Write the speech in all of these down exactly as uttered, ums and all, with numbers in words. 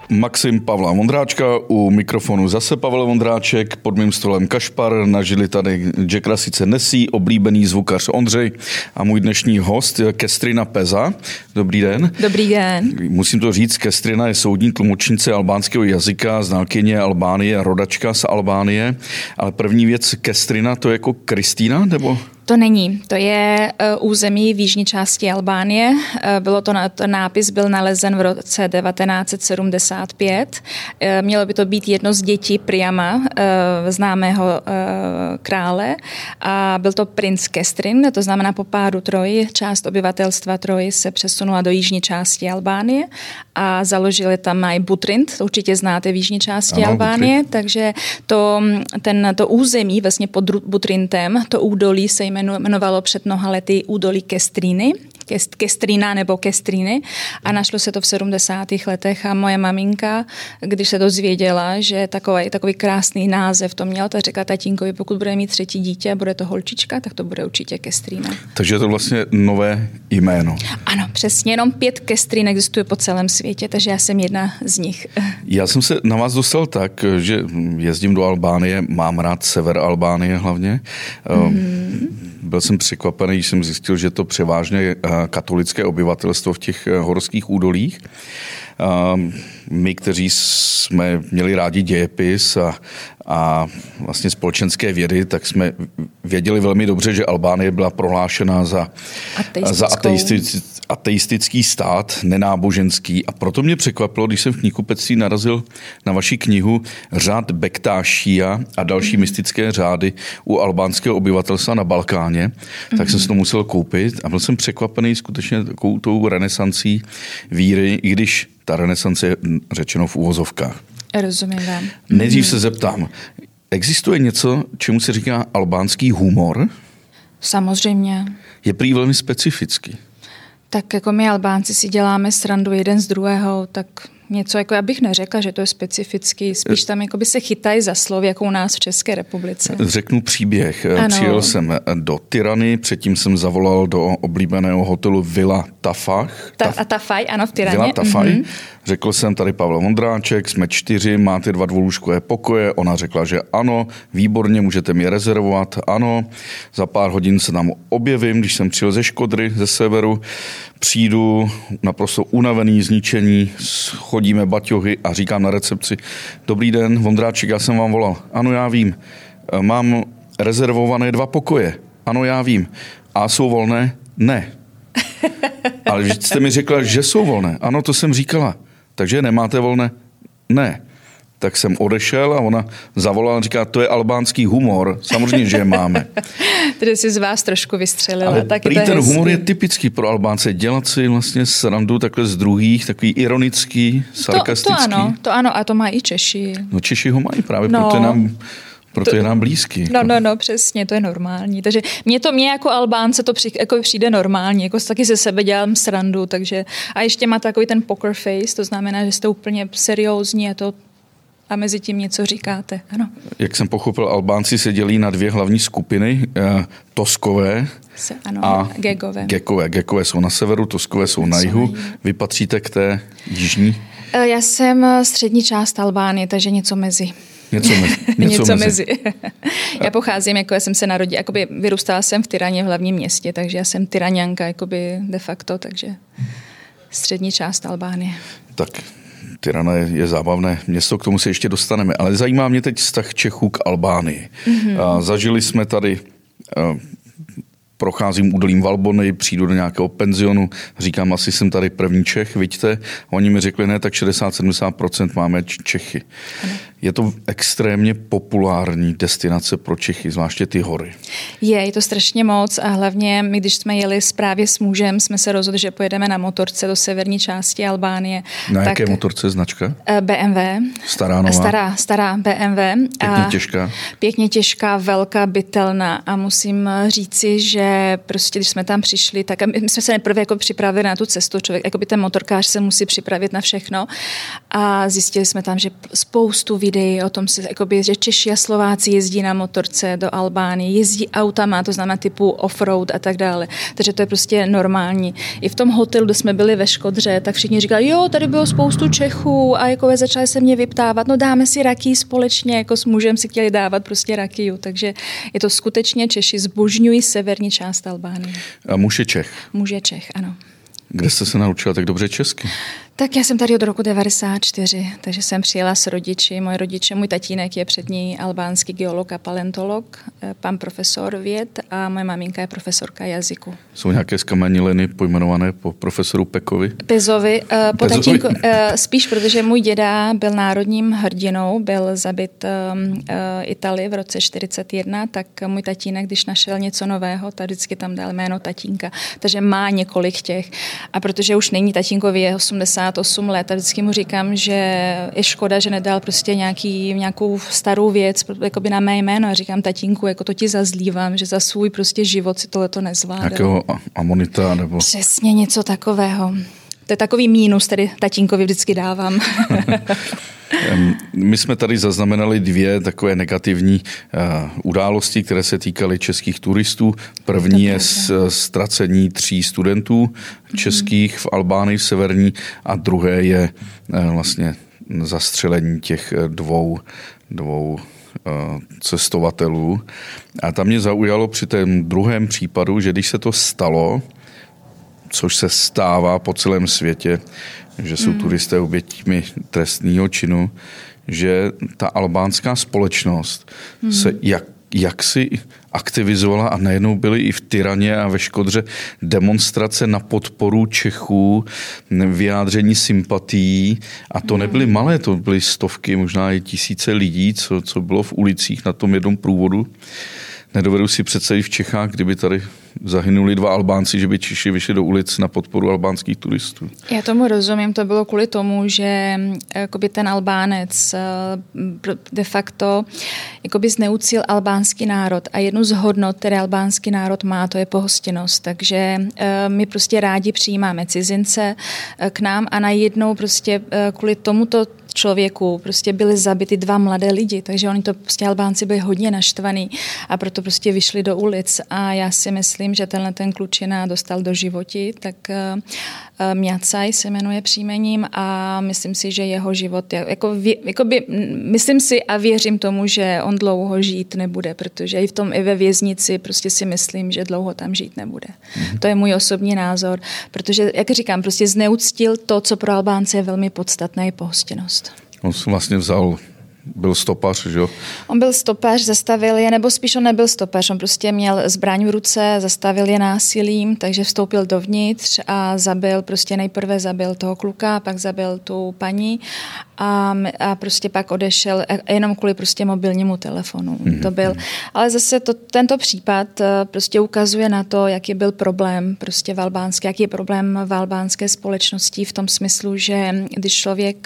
Maxim Pavla Vondráčka, u mikrofonu zase Pavel Vondráček, pod mým stolem Kašpar, na židli tady Jack Rasice Nesí, oblíbený zvukař Ondřej a můj dnešní host Kestrina Peza. Dobrý den. Dobrý den. Musím to říct, Kestrina je soudní tlumočnice albánského jazyka, znalkyně Albánie, rodačka z Albánie, ale první věc, Kestrina, to je jako Kristýna, nebo... To není. To je uh, území v jižní části Albánie. Uh, bylo to, na, to nápis byl nalezen v roce devatenáct set sedmdesát pět. Uh, mělo by to být jedno z dětí Priama, uh, známého uh, krále. A byl to princ Kestrin, to znamená po pádu Troji. Část obyvatelstva Troji se přesunula do jižní části Albánie a založili tam i Butrint, to určitě znáte v jižní části ano, Albánie. Butrint. Takže to, ten, to území vlastně pod Butrintem, to údolí se jmenovalo před mnoha lety údolí Kestríny, Kest, Kestrina nebo Kestriny a našlo se to v sedmdesátých letech a moje maminka, když se dozvěděla, že takový, takový krásný název to měl, tak řekla tatínkovi, pokud bude mít třetí dítě a bude to holčička, tak to bude určitě Kestrina. Takže je to vlastně nové jméno. Ano, přesně, jenom pět Kestrin existuje po celém světě, takže já jsem jedna z nich. Já jsem se na vás dostal tak, že jezdím do Albánie, mám rád sever Albánie hlavně. Mm-hmm. Byl jsem překvapený, když jsem zjistil, že to převážně katolické obyvatelstvo v těch horských údolích. My, kteří jsme měli rádi dějepis a, a vlastně společenské vědy, tak jsme věděli velmi dobře, že Albánie byla prohlášena za, za ateistický, ateistický stát, nenáboženský. A proto mě překvapilo, když jsem v knihkupectví narazil na vaši knihu Řád Bektášia a další mm. mystické řády u albánského obyvatelstva na Balkáně, tak mm. jsem si to musel koupit a byl jsem překvapený skutečně takovou tou renesancí víry, i když ta renesance je řečeno v uvozovkách. Rozumím vám. Nejdřív se zeptám, existuje něco, čemu se říká albánský humor? Samozřejmě. Je prý velmi specifický. Tak jako my Albánci si děláme srandu jeden z druhého, tak něco, jako já bych neřekla, že to je specifický, spíš tam jako by se chytají za slov, jako u nás v České republice. Řeknu příběh. Ano. Přijel jsem do Tirany, předtím jsem zavolal do oblíbeného hotelu Villa Tafaj. Ta, a Tafaj, ano, v Tiraně. Villa Tafaj. Mm-hmm. Řekl jsem tady Pavel Vondráček, jsme čtyři, máte dva dvoulůžkové pokoje. Ona řekla, že ano, výborně, můžete mi rezervovat, ano. Za pár hodin se tam objevím, když jsem přijel ze Škodry, ze severu. Přijdu naprosto unavený, zničený, chodíme baťohy a říkám na recepci, dobrý den, Vondráček, já jsem vám volal. Ano, já vím. Mám rezervované dva pokoje. Ano, já vím. A jsou volné? Ne. Ale vy jste mi řekla, že jsou volné. Ano, to jsem říkala. Takže nemáte volné? Ne. Tak jsem odešel a ona zavolala a říká, to je albánský humor. Samozřejmě, že je máme. Tedy si z vás trošku vystřelila. Ale tak prý je to ten hezký. humor je typický pro Albánce. Dělat si vlastně srandu takhle z druhých, takový ironický, sarkastický. To, to ano, to ano, a to mají i Češi. No Češi ho mají právě, no. proto je nám... Proto to, je nám blízký. No, no, no, přesně, to je normální. Takže mě to, mě jako Albánce to při, jako přijde normální, jako taky ze sebe dělám srandu, takže a ještě má takový ten poker face, to znamená, že jste úplně seriózní a to a mezi tím něco říkáte, ano. Jak jsem pochopil, Albánci se dělí na dvě hlavní skupiny, eh, Toskové se, ano, a Gegové. Gegové. Gegové jsou na severu, Toskové jsou na jihu. Vy patříte k té jižní? Já jsem střední část Albánie, takže něco mezi. Něco mezi. Něco, něco mezi. mezi. Já pocházím, jako já jsem se narodila, jakoby vyrůstala jsem v Tiraně, v hlavním městě, takže já jsem Tiraňanka, jakoby de facto, takže střední část Albánie. Tak Tirana je, je zábavné město, k tomu se ještě dostaneme, ale zajímá mě teď vztah Čechů k Albánii. Mm-hmm. A zažili jsme tady... A, procházím údolím Valbony, přijdu do nějakého penzionu, říkám, asi jsem tady první Čech, vidíte. Oni mi řekli, ne, tak šedesát až sedmdesát procent máme Čechy. Ano. Je to extrémně populární destinace pro Čechy, zvláště ty hory. Je, je to strašně moc a hlavně my, když jsme jeli právě s mužem, jsme se rozhodli, že pojedeme na motorce do severní části Albánie. Na tak, jaké motorce značka? bé em vé. Stará nová? Stará, stará bé em vé. Pěkně těžká. Pěkně těžká, velká, bytelná a musím říci, že prostě, když jsme tam přišli, tak my jsme se nejprve jako připravili na tu cestu. Člověk, jako by ten motorkář se musí připravit na všechno a zjistili jsme tam, že spoustu videi o tom, se, jakoby, že Češi a Slováci jezdí na motorce do Albánie, jezdí autama, to znamená typu offroad a tak dále. Takže to je prostě normální. I v tom hotelu, kde jsme byli ve Škodře, tak všichni říkali, jo, tady bylo spoustu Čechů a jako začali se mě vyptávat, no dáme si rakii společně, jako s mužem si chtěli dávat prostě rakiju. Takže je to skutečně Češi zbožňují severní část Albánie. A muž je Čech? Muž je Čech, ano. Kde jste se naučila tak dobře česky? Tak já jsem tady od roku devadesát čtyři, takže jsem přijela s rodiči. Moji rodiče, můj tatínek je přední albánský geolog a paleontolog, pan profesor věd a moje maminka je profesorka jazyku. Jsou nějaké skameniliny pojmenované po profesoru Pekovi? Pezovi. Po Pezovi. Tatínku, spíš, protože můj děda byl národním hrdinou, byl zabit Itálii v roce čtyřicet jedna, tak můj tatínek, když našel něco nového, tak vždycky tam dal jméno tatínka. Takže má několik těch. A protože už není tatínkovi je osmdesát osm let a vždycky mu říkám, že je škoda, že nedal prostě nějaký, nějakou starou věc jakoby na mé jméno a říkám tatínku, jako to ti zazlívám, že za svůj prostě život si tohleto nezvládal. Jakého amonita nebo... Přesně něco takového. To je takový mínus, který tatínkovi vždycky dávám. My jsme tady zaznamenali dvě takové negativní uh, události, které se týkaly českých turistů. První je ztracení tří studentů českých v Albánii v severní a druhé je uh, vlastně zastřelení těch dvou, dvou uh, cestovatelů. A tam mě zaujalo při tom druhém případu, že když se to stalo, což se stává po celém světě, že jsou mm. turisté oběťmi trestného činu, že ta albánská společnost mm. se jak, jak si aktivizovala a najednou byly i v Tyraně a ve Škodře demonstrace na podporu Čechů, vyjádření sympatií a to mm. nebyly malé, to byly stovky, možná i tisíce lidí, co, co bylo v ulicích na tom jednom průvodu. Nedovedu si představit v Čechách, kdyby tady zahynuli dva Albánci, že by Češi vyšli do ulic na podporu albánských turistů. Já tomu rozumím, to bylo kvůli tomu, že jakoby ten Albánec de facto jakoby zneuctil albánský národ a jednu z hodnot, které albánský národ má, to je pohostinnost. Takže my prostě rádi přijímáme cizince k nám a najednou prostě kvůli tomuto člověku prostě byli zabity dva mladé lidi, takže oni to prostě Albánci byli hodně naštvaní a proto prostě vyšli do ulic a já si myslím, že tenhle ten klučina dostal do životí, tak uh, Mjacaj se jmenuje příjmením a myslím si, že jeho život, jako, jako by, myslím si a věřím tomu, že on dlouho žít nebude, protože i v tom, i ve věznici prostě si myslím, že dlouho tam žít nebude. Mm-hmm. To je můj osobní názor, protože, jak říkám, prostě zneuctil to, co pro Albánce je velmi podstatné, je pohostinnost. On si vlastně vzal, byl stopař, že jo? On byl stopař, zastavil je, nebo spíš on nebyl stopař, on prostě měl zbraň v ruce, zastavil je násilím, takže vstoupil dovnitř a zabil, prostě nejprve zabil toho kluka, pak zabil tu paní a, a prostě pak odešel jenom kvůli prostě mobilnímu telefonu. Mm-hmm. To byl, ale zase to, tento případ prostě ukazuje na to, jaký byl problém prostě v albánské, jaký je problém v albánské společnosti v tom smyslu, že když člověk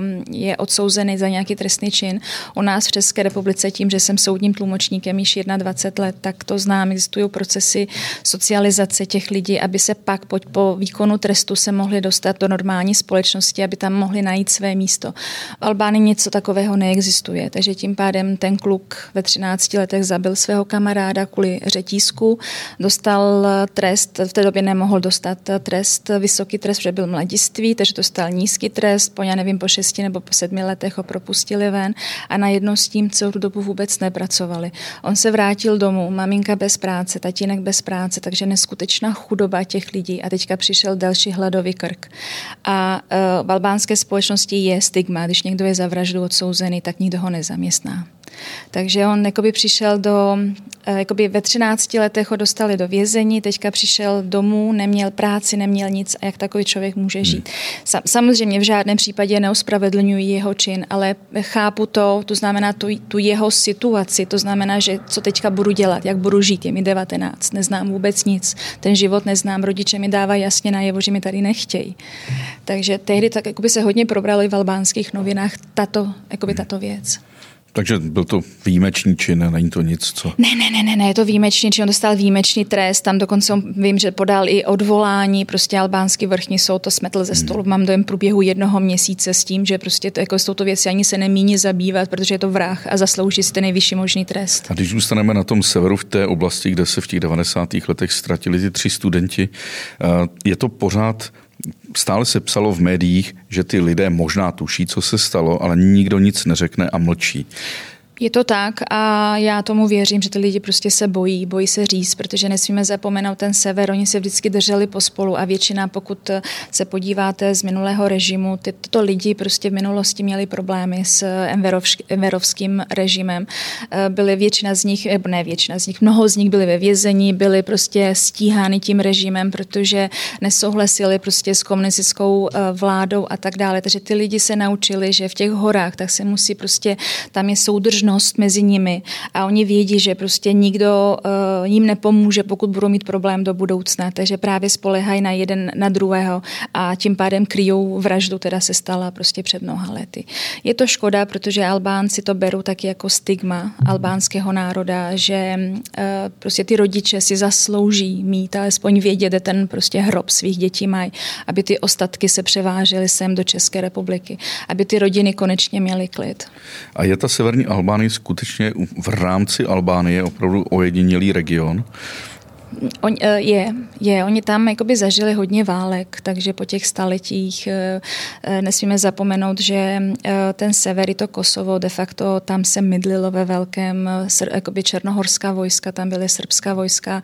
je odsouzený za nějaký trestný čin, u nás v České republice tím, že jsem soudním tlumočníkem již dvacet jedna let, tak to znám, existují procesy socializace těch lidí, aby se pak po, po výkonu trestu se mohli dostat do normální společnosti, aby tam mohli najít své místo. V Albánii něco takového neexistuje, takže tím pádem ten kluk ve třinácti letech zabil svého kamaráda kvůli řetízku, dostal trest, v té době nemohl dostat trest, vysoký trest, protože byl mladiství, takže dostal nízký trest, po já nevím, po šesti nebo po sedmi letech ho propustili ven a najednou s tím celou dobu vůbec nepracovali. On se vrátil domů, maminka bez práce, tatínek bez práce, takže neskutečná chudoba těch lidí a teďka přišel další hladový krk. A uh, v albánské společnosti je stigma, když někdo je za vraždu odsouzený, tak nikdo ho nezaměstná. Takže on jakoby přišel do, jakoby ve třinácti letech ho dostali do vězení, teďka přišel domů, neměl práci, neměl nic a jak takový člověk může žít. Sam, samozřejmě v žádném případě neospravedlňuji jeho čin, ale chápu to, to znamená tu, tu jeho situaci, to znamená, že co teďka budu dělat, jak budu žít, je mi devatenáct, neznám vůbec nic, ten život neznám, rodiče mi dávají jasně najevo, že mi tady nechtějí. Takže tehdy tak jakoby se hodně probralo i v albánských novinách tato, jakoby tato věc. Takže byl to výjimečný čin, není to nic, co... Ne, ne, ne, ne, ne, je to výjimečný čin, on dostal výjimečný trest, tam dokonce vím, že podal i odvolání, prostě albánský vrchní soud to smetl ze stolu, hmm. mám dojem průběhu jednoho měsíce s tím, že prostě to, jako s touto věcí ani se nemíní zabývat, protože je to vrah a zaslouží si ten nejvyšší možný trest. A když zůstaneme na tom severu v té oblasti, kde se v těch devadesátých letech ztratili ty tři studenti, je to pořád... Stále se psalo v médiích, že ty lidé možná tuší, co se stalo, ale nikdo nic neřekne a mlčí. Je to tak a já tomu věřím, že ty lidi prostě se bojí, bojí se říct, protože nesmíme zapomenout ten sever, oni se vždycky drželi pospolu a většina, pokud se podíváte z minulého režimu, tyto lidi prostě v minulosti měli problémy s enverovským režimem. Byly většina z nich, ne většina z nich, mnoho z nich byli ve vězení, byli prostě stíhány tím režimem, protože nesouhlasili prostě s komunistickou vládou a tak dále. Takže ty lidi se naučili, že v těch horách tak se musí prostě, tam je soudržnost mezi nimi a oni vědí, že prostě nikdo uh, jim nepomůže, pokud budou mít problém do budoucna, takže právě spolehají na jeden na druhého a tím pádem kryjou vraždu, která se stala prostě před mnoha lety. Je to škoda, protože Albánci to berou taky jako stigma albánského národa, že uh, prostě ty rodiče si zaslouží mít alespoň vědět, kde ten prostě hrob svých dětí mají, aby ty ostatky se převážely sem do České republiky, aby ty rodiny konečně měly klid. A je ta severní Albánie skutečně v rámci Albánie opravdu ojedinělý region? On, je, je, oni tam jakoby zažili hodně válek, takže po těch staletích nesmíme zapomenout, že ten sever i to Kosovo de facto tam se mydlilo ve velkém, jakoby černohorská vojska, tam byly srbská vojska,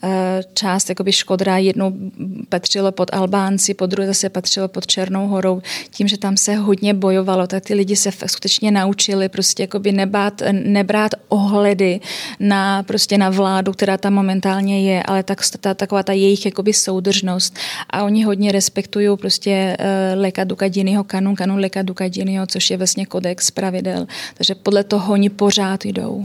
část jakoby Škodra jednou patřilo pod Albánci, po druhé zase patřilo pod Černou horou, tím, že tam se hodně bojovalo, tak ty lidi se skutečně naučili prostě jakoby nebát, nebrát ohledy na, prostě na vládu, která tam momentálně je, ale tak, ta, taková ta jejich jakoby soudržnost a oni hodně respektují prostě uh, Leka Dukadiniho kanun, kanun Leka Dukadiniho, což je vlastně kodex pravidel, takže podle toho oni pořád jdou.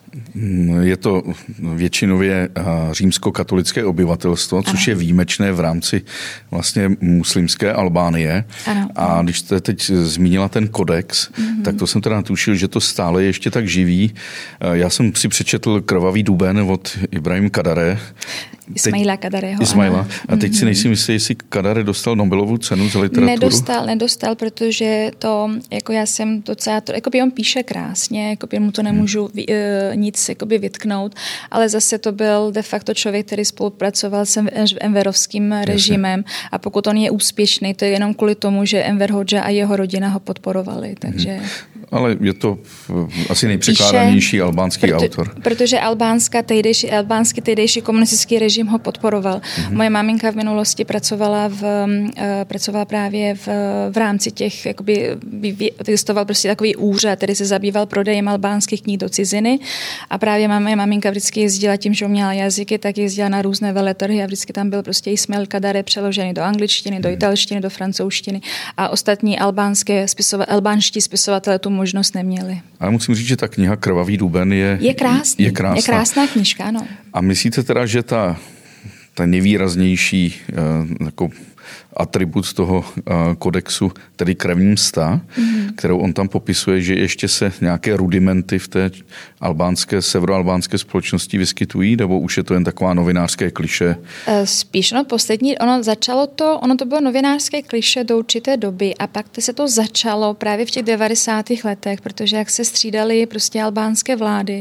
Je to většinově římskokatolické obyvatelstvo, což ano. je výjimečné v rámci vlastně muslimské Albánie. Ano. A když jste teď zmínila ten kodex, mm-hmm. tak to jsem teda tušil, že to stále ještě tak živí. Já jsem si přečetl Krvavý duben od Ibrahim Kadare. Ismaila Kadareho. Ismaila. A teď si nejsem jistý, jestli Kadare dostal Nobelovu cenu za literaturu. Nedostal, nedostal, protože to, jako já jsem docela, to, jako by on píše krásně, jako by mu to nemůžu hmm. nic jakoby vytknout, ale zase to byl de facto člověk, který spolupracoval s enverovským režimem a pokud on je úspěšný, to je jenom kvůli tomu, že Enver Hoxha a jeho rodina ho podporovali, takže... Hmm. Ale je to asi nejpřekládanější píše, albánský proto, autor. Protože albánská tehdejší, albánský tehdejší komunistický režim ho podporoval. Mm-hmm. Moje maminka v minulosti pracovala v, uh, pracovala právě v, v rámci těch, jakoby, existoval prostě takový úřad, který se zabýval prodejem albánských knih do ciziny a právě moje maminka vždycky jezdila tím, že uměla jazyky, tak jezdila na různé veletrhy a vždycky tam byl prostě Ismail Kadare přeložený do angličtiny, do italštiny, do francouzštiny a ostatní albánské spisova, albánští spisovatelé tu možnost neměli. Ale musím říct, že ta kniha Krvavý duben je, je, krásný, je krásná. Je krásná knížka, ano. A myslíte teda, že ta, ta nejvýraznější uh, jako atribut toho uh, kodexu, tedy krevní msta, mm-hmm. kterou on tam popisuje, že ještě se nějaké rudimenty v té albánské, severoalbánské společnosti vyskytují, nebo už je to jen taková novinářské klišé? Spíš, no poslední, ono začalo to, ono to bylo novinářské klišé do určité doby a pak se to začalo právě v těch devadesátých letech, protože jak se střídaly prostě albánské vlády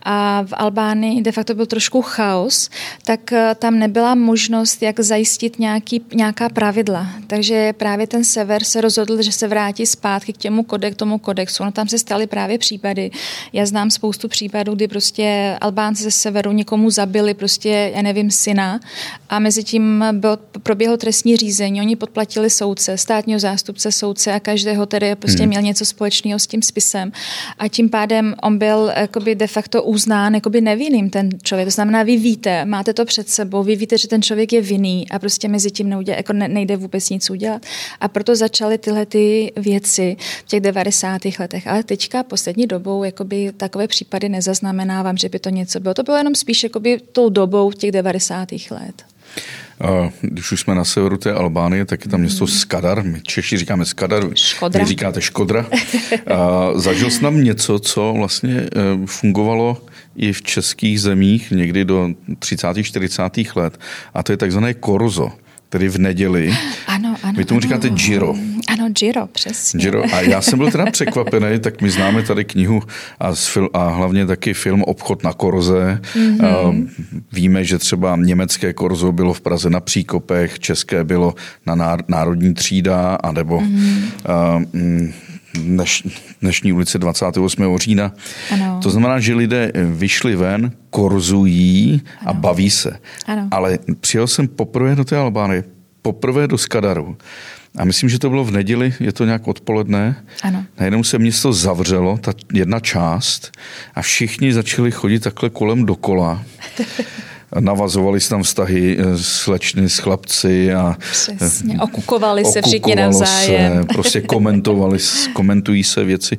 a v Albánii de facto byl trošku chaos, tak tam nebyla možnost, jak zajistit nějaký, nějaká pravidla. Takže právě ten sever se rozhodl, že se vrátí zpátky k těmu kodek, tomu kodexu. No tam se staly právě případy. Já znám spoustu případů, kdy prostě Albánci ze severu někomu zabili prostě, já nevím, syna a mezi tím byl, proběhlo trestní řízení. Oni podplatili soudce, státního zástupce, soudce a každého tedy prostě hmm. měl něco společného s tím spisem. A tím pádem on byl jakoby de facto uznán jakoby nevinným ten člověk. To znamená, vy víte, máte to před sebou, vy víte, že ten člověk je vinný a prostě mezi tím neudělá, jako ne, nejde vůbec nic udělat. A proto začaly tyhle ty věci v těch devadesátých letech. Ale teďka poslední dobou jakoby takové případy nezaznamenávám, že by to něco bylo. To bylo jenom spíš jakoby tou dobou těch devadesátých let. Když už jsme na severu té Albánie, tak je tam město Skadar. My Češi říkáme Skadar, Škodra. Vy říkáte Škodra. Zažil jsi tam něco, co vlastně fungovalo i v českých zemích někdy do třicátých čtyřicátých let. A to je takzvané korzo, tedy v neděli. Ano, ano. Vy tomu ano. říkáte Giro. Ano, Giro, přesně. Giro. A já jsem byl teda překvapený, tak my známe tady knihu a, fil, a hlavně taky film Obchod na korze. Mm-hmm. Víme, že třeba německé korzo bylo v Praze na Příkopech, české bylo na Národní třída, anebo mm-hmm. uh, dneš, dnešní ulice dvacátého osmého října. Ano. To znamená, že lidé vyšli ven, korzují a ano. baví se. Ano. Ale přijel jsem poprvé do té Albánie, poprvé do Skadaru. A myslím, že to bylo v neděli, je to nějak odpoledne. Ano. Najednou se město zavřelo, ta jedna část, a všichni začali chodit takhle kolem dokola. Navazovali se tam vztahy slečny s chlapci a přesně, okukovali se všichni navzájem. Se, prostě komentovali, komentují se věci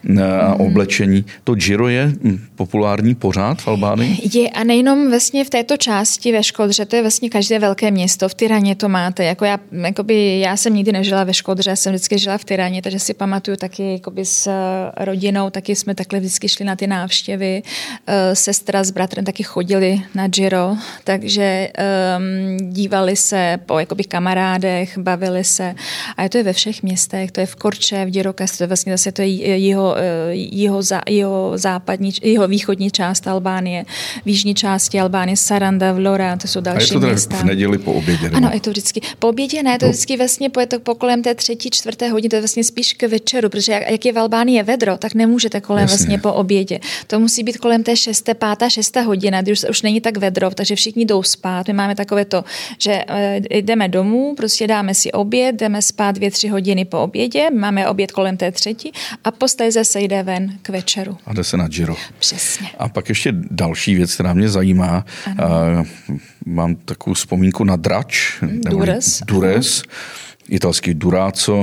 a oblečení. To Giro je populární pořád v Albánii? Je a nejenom vlastně v této části ve Škodře, to je vlastně každé velké město. V Tyraně to máte. Jako já, jakoby, já jsem nikdy nežila ve Škodře, já jsem vždycky žila v Tyraně, takže si pamatuju taky jakoby s rodinou, taky jsme takhle vždycky šli na ty návštěvy. Sestra s bratrem taky chodili na Giro. Takže um, dívali se po jakoby kamarádech, bavili se a je to je ve všech městech, to je v Korče, v Dirokas, to je vlastně zase to je jeho, jeho, jeho západní, jeho východní část Albánie, v jižní části Albánie, Saranda, Vlora, to jsou další města. A je to města. V neděli po obědě? Nebo? Ano, je to vždycky. Po obědě ne, to je vždycky vlastně po, to po kolem té třetí, čtvrté hodiny, to je vlastně spíš k večeru, protože jak, jak je v Albánii vedro, tak nemůžete kolem Jasně. vlastně po obědě. To musí být kolem té šesté, pátá, šestá hodina, když už, už není tak vedro, takže všichni jdou spát. My máme takové to, že jdeme domů, prostě dáme si oběd, jdeme spát dvě, tři hodiny po obědě, máme oběd kolem té třetí a posléze se jde ven k večeru. A jde se na Giro. Přesně. A pak ještě další věc, která mě zajímá. Ano. Mám takovou vzpomínku na drač. Dures. Dures. Italský duráco.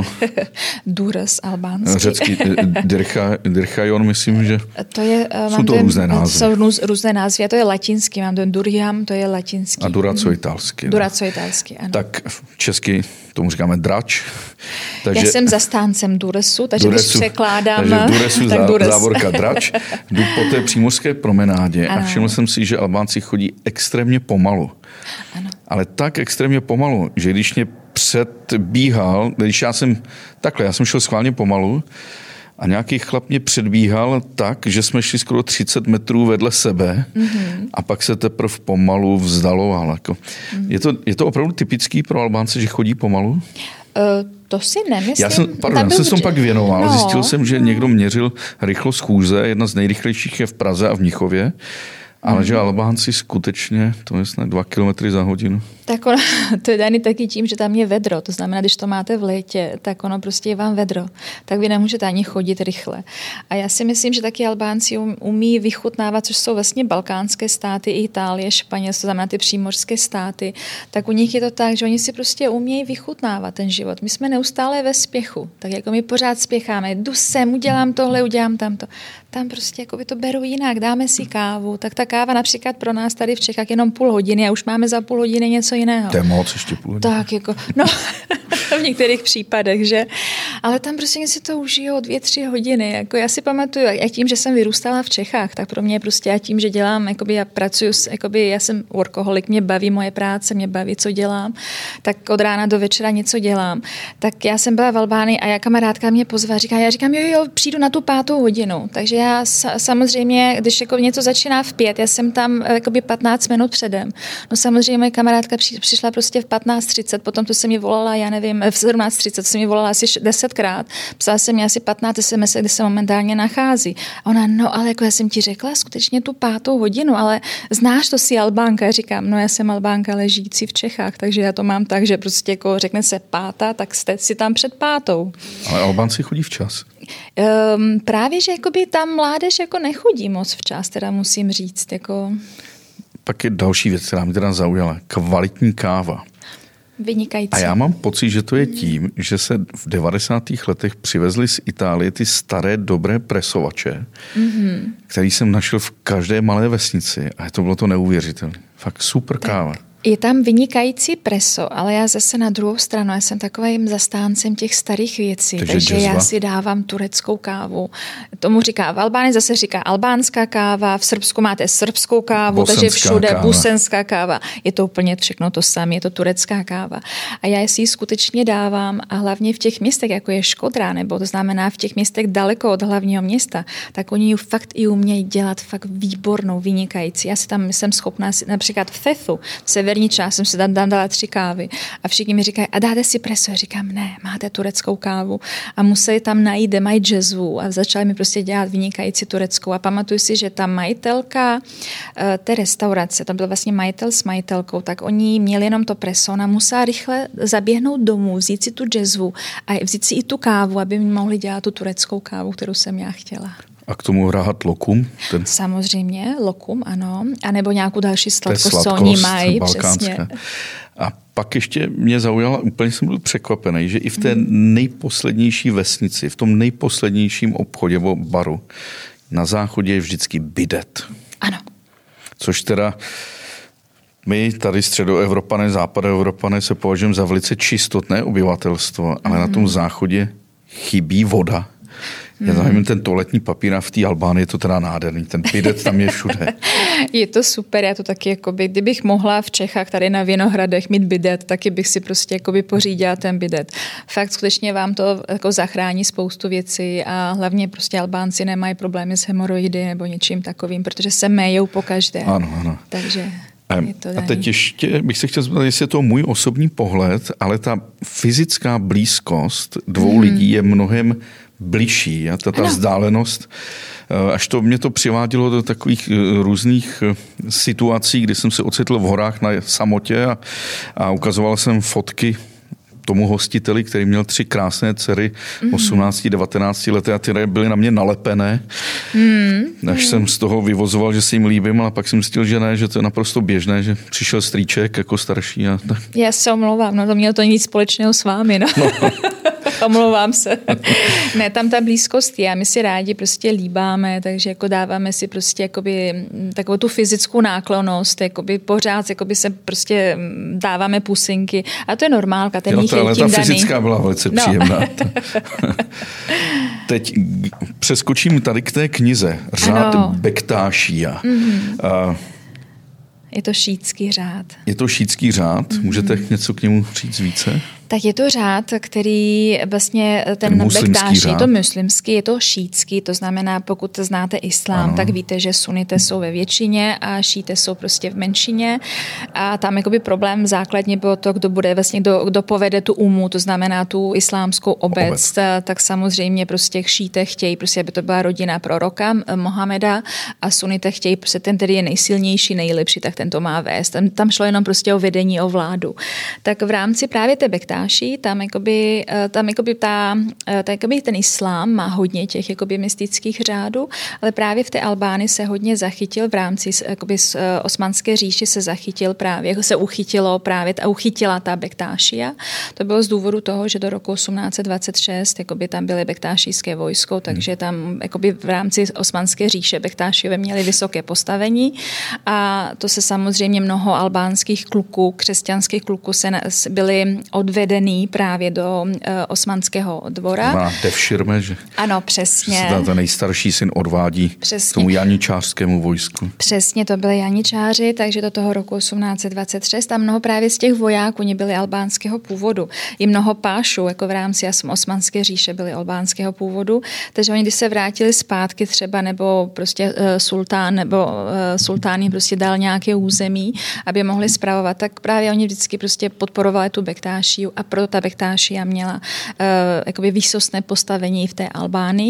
Dures, albánský. Řecký dircha, dirchajon, myslím, že to je, jsou to ten, různé názvy. Jsou různé názvy a to je latinský. Mám ten durjam, to je latinský. A duraco italský. Duraco italský, ano. Tak česky tomu říkáme drač. Takže, já jsem zastáncem duresu, takže duresu, když překládám... Takže v duresu tak zá, dures. závorka drač. Jdu po té přímořské promenádě ano. a všiml jsem si, že Albánci chodí extrémně pomalu. Ano. Ale tak extrémně pomalu, že když mě předbíhal, když já jsem takhle, já jsem šel schválně pomalu a nějaký chlap mě předbíhal tak, že jsme šli skoro třicet metrů vedle sebe mm-hmm. a pak se teprve pomalu vzdaloval. Jako. Mm-hmm. Je to, je to opravdu typický pro Albánce, že chodí pomalu? Uh, to si nemyslím. Já jsem, pardon, já jsem se tomu pak věnoval. No. Zjistil jsem, že někdo měřil rychlost chůze, jedna z nejrychlejších je v Praze a v Mnichově. Ale že Albánci skutečně, to je snad dva kilometry za hodinu. Tak ono, to je daný taky tím, že tam je vedro. To znamená, když to máte v létě, tak ono prostě je vám vedro. Tak vy nemůžete ani chodit rychle. A já si myslím, že taky Albánci umí vychutnávat, což jsou vlastně balkánské státy, Itálie, Španělsko, to znamená ty přímořské státy. Tak u nich je to tak, že oni si prostě umějí vychutnávat ten život. My jsme neustále ve spěchu. Tak jako my pořád spěcháme. Jdu sem, udělám tohle, udělám tamto. Tam prostě jako by to beru jinak. Dáme si kávu. Tak ta káva například pro nás tady v Čechách jenom půl hodiny a už máme za půl hodiny něco jiného. To je moc ještě půl hodiny. Tak jako, no v některých případech, že? Ale tam prostě si to užijou dvě, tři hodiny. Jako já si pamatuju, a tím, že jsem vyrůstala v Čechách, tak pro mě prostě a tím, že dělám, jakoby já pracuju, jakoby já jsem workoholik, mě baví moje práce, mě baví, co dělám, tak od rána do večera něco dělám. Tak já jsem byla v Albánii a já kamarádka mě pozvala, říká, já říkám, jo, jo, přijdu na tu pátou hodinu. Takže já samozřejmě, když jako něco začíná v pět, já jsem tam jakoby patnáct minut předem. No samozřejmě moje kamarádka přišla prostě v patnáct třicet, potom to se mi volala, já nevím, v sedmnáct třicet se mi volala asi desetkrát. Psala se mi asi patnáct es em es, kde se momentálně nachází. A ona, no ale jako já jsem ti řekla skutečně tu pátou hodinu, ale znáš to, si Albánka? Říkám, no já jsem Albánka, ale žijící v Čechách, takže já to mám tak, že prostě jako řekne se pátá, tak jste si tam před pátou. Ale Albánci chodí včas. Um, právě, že jakoby tam mládež jako nechodí moc včas, teda musím říct. Jako... Pak je další věc, která mě teda zaujala. Kvalitní káva. Vynikající. A já mám pocit, že to je tím, že se v devadesátých letech přivezli z Itálie ty staré dobré presovače, mm-hmm. který jsem našel v každé malé vesnici a to bylo to neuvěřitelné. Fakt super tak. káva. Je tam vynikající preso, ale já zase na druhou stranu, já jsem takovým zastáncem těch starých věcí, takže, takže já si dávám tureckou kávu. Tomu říká, v Albánii zase říká albánská káva, v Srbsku máte srbskou kávu, bosenská takže všude káva. Busenská káva. Je to úplně všechno to samé, je to turecká káva. A já si ji skutečně dávám a hlavně v těch městech, jako je Škodra, nebo to znamená v těch městech daleko od hlavního města, tak oni ji fakt i umějí dělat fakt výbornou, vynikající. Já si tam jsem schopná, například v Fefu, v severní část, jsem si tam dala tři kávy a všichni mi říkají, a dáte si preso? Já říkám, ne, máte tureckou kávu. A museli tam najít, kde mají jazzu a začali mi prostě dělat vynikající tureckou. A pamatuju si, že ta majitelka té restaurace, tam byl vlastně majitel s majitelkou, tak oni měli jenom to preso, ona musela rychle zaběhnout domů, vzít si tu jazzu a vzít si i tu kávu, aby mi mohli dělat tu tureckou kávu, kterou jsem já chtěla. A k tomu hráhat lokum? Ten... Samozřejmě, lokum, ano. A nebo nějakou další sladkost, co oni mají. Přesně. A pak ještě mě zaujala, úplně jsem byl překvapený, že i v té nejposlednější vesnici, v tom nejposlednějším obchodě nebo baru, na záchodě je vždycky bidet. Ano. Což teda my tady středoevropané, západoevropané se považujeme za velice čistotné obyvatelstvo, ale mm. na tom záchodě chybí voda. Já zájemím ten toaletní papír a v té Albánii je to teda nádherný. Ten bidet tam je všude. Je to super, já to taky, jakoby, kdybych mohla v Čechách tady na Vinohradech mít bidet, taky bych si prostě jakoby pořídila ten bidet. Fakt skutečně vám to jako zachrání spoustu věcí a hlavně prostě Albánci nemají problémy s hemoroidy nebo něčím takovým, protože se méjou pokaždé. Ano, ano. Takže... A teď ještě bych se chtěl zeptat, jestli je to můj osobní pohled, ale ta fyzická blízkost dvou hmm. lidí je mnohem bližší a ta, ta vzdálenost, až to mě to přivádělo do takových různých situací, kdy jsem se ocitl v horách na samotě a, a ukazoval jsem fotky tomu hostiteli, který měl tři krásné dcery, mm. osmnáct devatenáct leté a ty byly na mě nalepené. Mm. Až mm. jsem z toho vyvozoval, že si jim líbím, ale pak jsem zjistil, že ne, že to je naprosto běžné, že přišel strýček jako starší. A tak. Já se omlouvám, no to mělo to nic společného s vámi, no. no. Omlouvám se. Ne, tam ta blízkost je a my si rádi prostě líbáme, takže jako dáváme si prostě jakoby takovou tu fyzickou náklonnost, jakoby pořád jakoby se prostě dáváme pusinky a to je normálka, ten jich je tím daný. Ta fyzická byla velice no. příjemná. Teď přeskočím tady k té knize. Řád ano. Bektášia. Mm-hmm. Uh, je to šítský řád. Je to šítský řád. Mm-hmm. Můžete něco k němu říct více? Tak je to řád, který vlastně ten, ten Bektáši, je to muslimský, je to šítský, to znamená, pokud znáte islám, ano. tak víte, že sunité jsou ve většině a šíté jsou prostě v menšině a tam jakoby problém základně bylo to, kdo bude vlastně, kdo, kdo povede tu umu, to znamená tu islámskou obec, obec. tak samozřejmě prostě šíté chtějí, prostě, aby to byla rodina proroka Mohameda a sunité chtějí, prostě ten, který je nejsilnější, nejlepší, tak ten to má vést. Tam, tam šlo jenom prostě o vedení, o vládu. Tak v rámci právě té Bektáši tam jakoby, tam jakoby ta, ta jakoby ten islám má hodně těch jakoby mystických řádů, ale právě v té Albánii se hodně zachytil v rámci jakoby Osmanské říši se zachytil právě, se uchytilo právě, a uchytila ta Bektášia. To bylo z důvodu toho, že do roku osmnáct dvacet šest jakoby tam byly bektášijské vojsko, takže tam jakoby v rámci Osmanské říše Bektášiové měli vysoké postavení a to se samozřejmě mnoho albánských kluků, křesťanských kluků se byli odvedeni právě do uh, osmanského dvora. Má Devširme, že? Ano, přesně. Že se ten nejstarší syn odvádí přesně. tomu janičářskému vojsku. Přesně, to byli janičáři, takže do toho roku osmnáct dvacet šest a mnoho právě z těch vojáků byli albánského původu. I mnoho pášů, jako v rámci Osmanské říše byli albánského původu, takže oni, když se vrátili zpátky třeba, nebo prostě uh, sultán, nebo uh, sultán jim prostě dal nějaké území, aby mohli spravovat, tak právě oni vždycky prostě podporovali tu Bektášiu a proto ta Bektášia měla uh, jakoby výsostné postavení v té Albánii.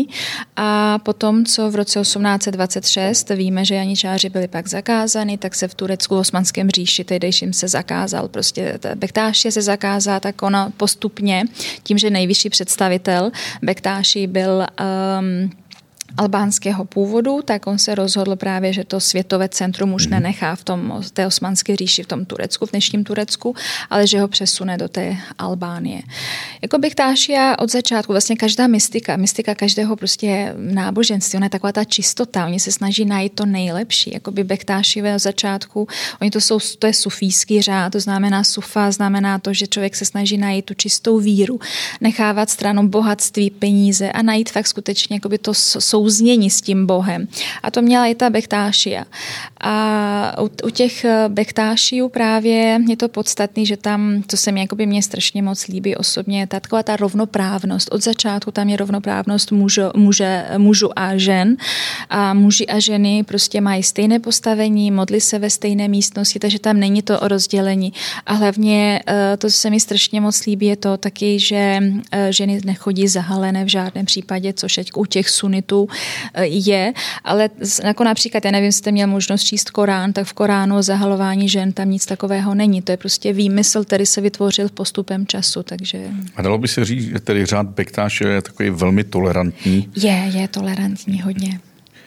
A potom, co v roce osmnáct dvacet šest víme, že janičáři byli pak zakázány, tak se v Turecku v Osmanském říši tehdejším se zakázal. Prostě ta Bektášia se zakázala, tak ona postupně, tím, že nejvyšší představitel Bektáši byl um, albánského původu, tak on se rozhodl právě, že to světové centrum už nenechá v tom, té osmanské říši, v tom Turecku, v dnešním Turecku, ale že ho přesune do té Albánie. Jako Bektášia od začátku, vlastně každá mystika, mystika každého prostě náboženství, ona je taková ta čistota, oni se snaží najít to nejlepší. Jakoby Bektášiové od začátku, oni to jsou, to je sufijský řád, to znamená sufa, znamená to, že člověk se snaží najít tu čistou víru, nechávat stranou bohatství, peníze a najít fakt skutečně jakoby to souznění s tím Bohem. A to měla i ta Bektášia. A u, u těch Bektášiů právě je to podstatný, že tam, to se mi jakoby mě strašně moc líbí osobně, ta taková ta rovnoprávnost. Od začátku tam je rovnoprávnost mužo, muže, mužů a žen. A muži a ženy prostě mají stejné postavení, modlí se ve stejné místnosti, takže tam není to o rozdělení. A hlavně to, co se mi strašně moc líbí, je to taky, že ženy nechodí zahalené v žádném případě, což u těch sunitů je, ale jako například, já nevím, jste měl možnost číst Korán, tak v Koránu o zahalování žen tam nic takového není. To je prostě výmysl, který se vytvořil postupem času, takže... A dalo by se říct, že tedy řád Bektášie je takový velmi tolerantní? Je, je tolerantní hodně.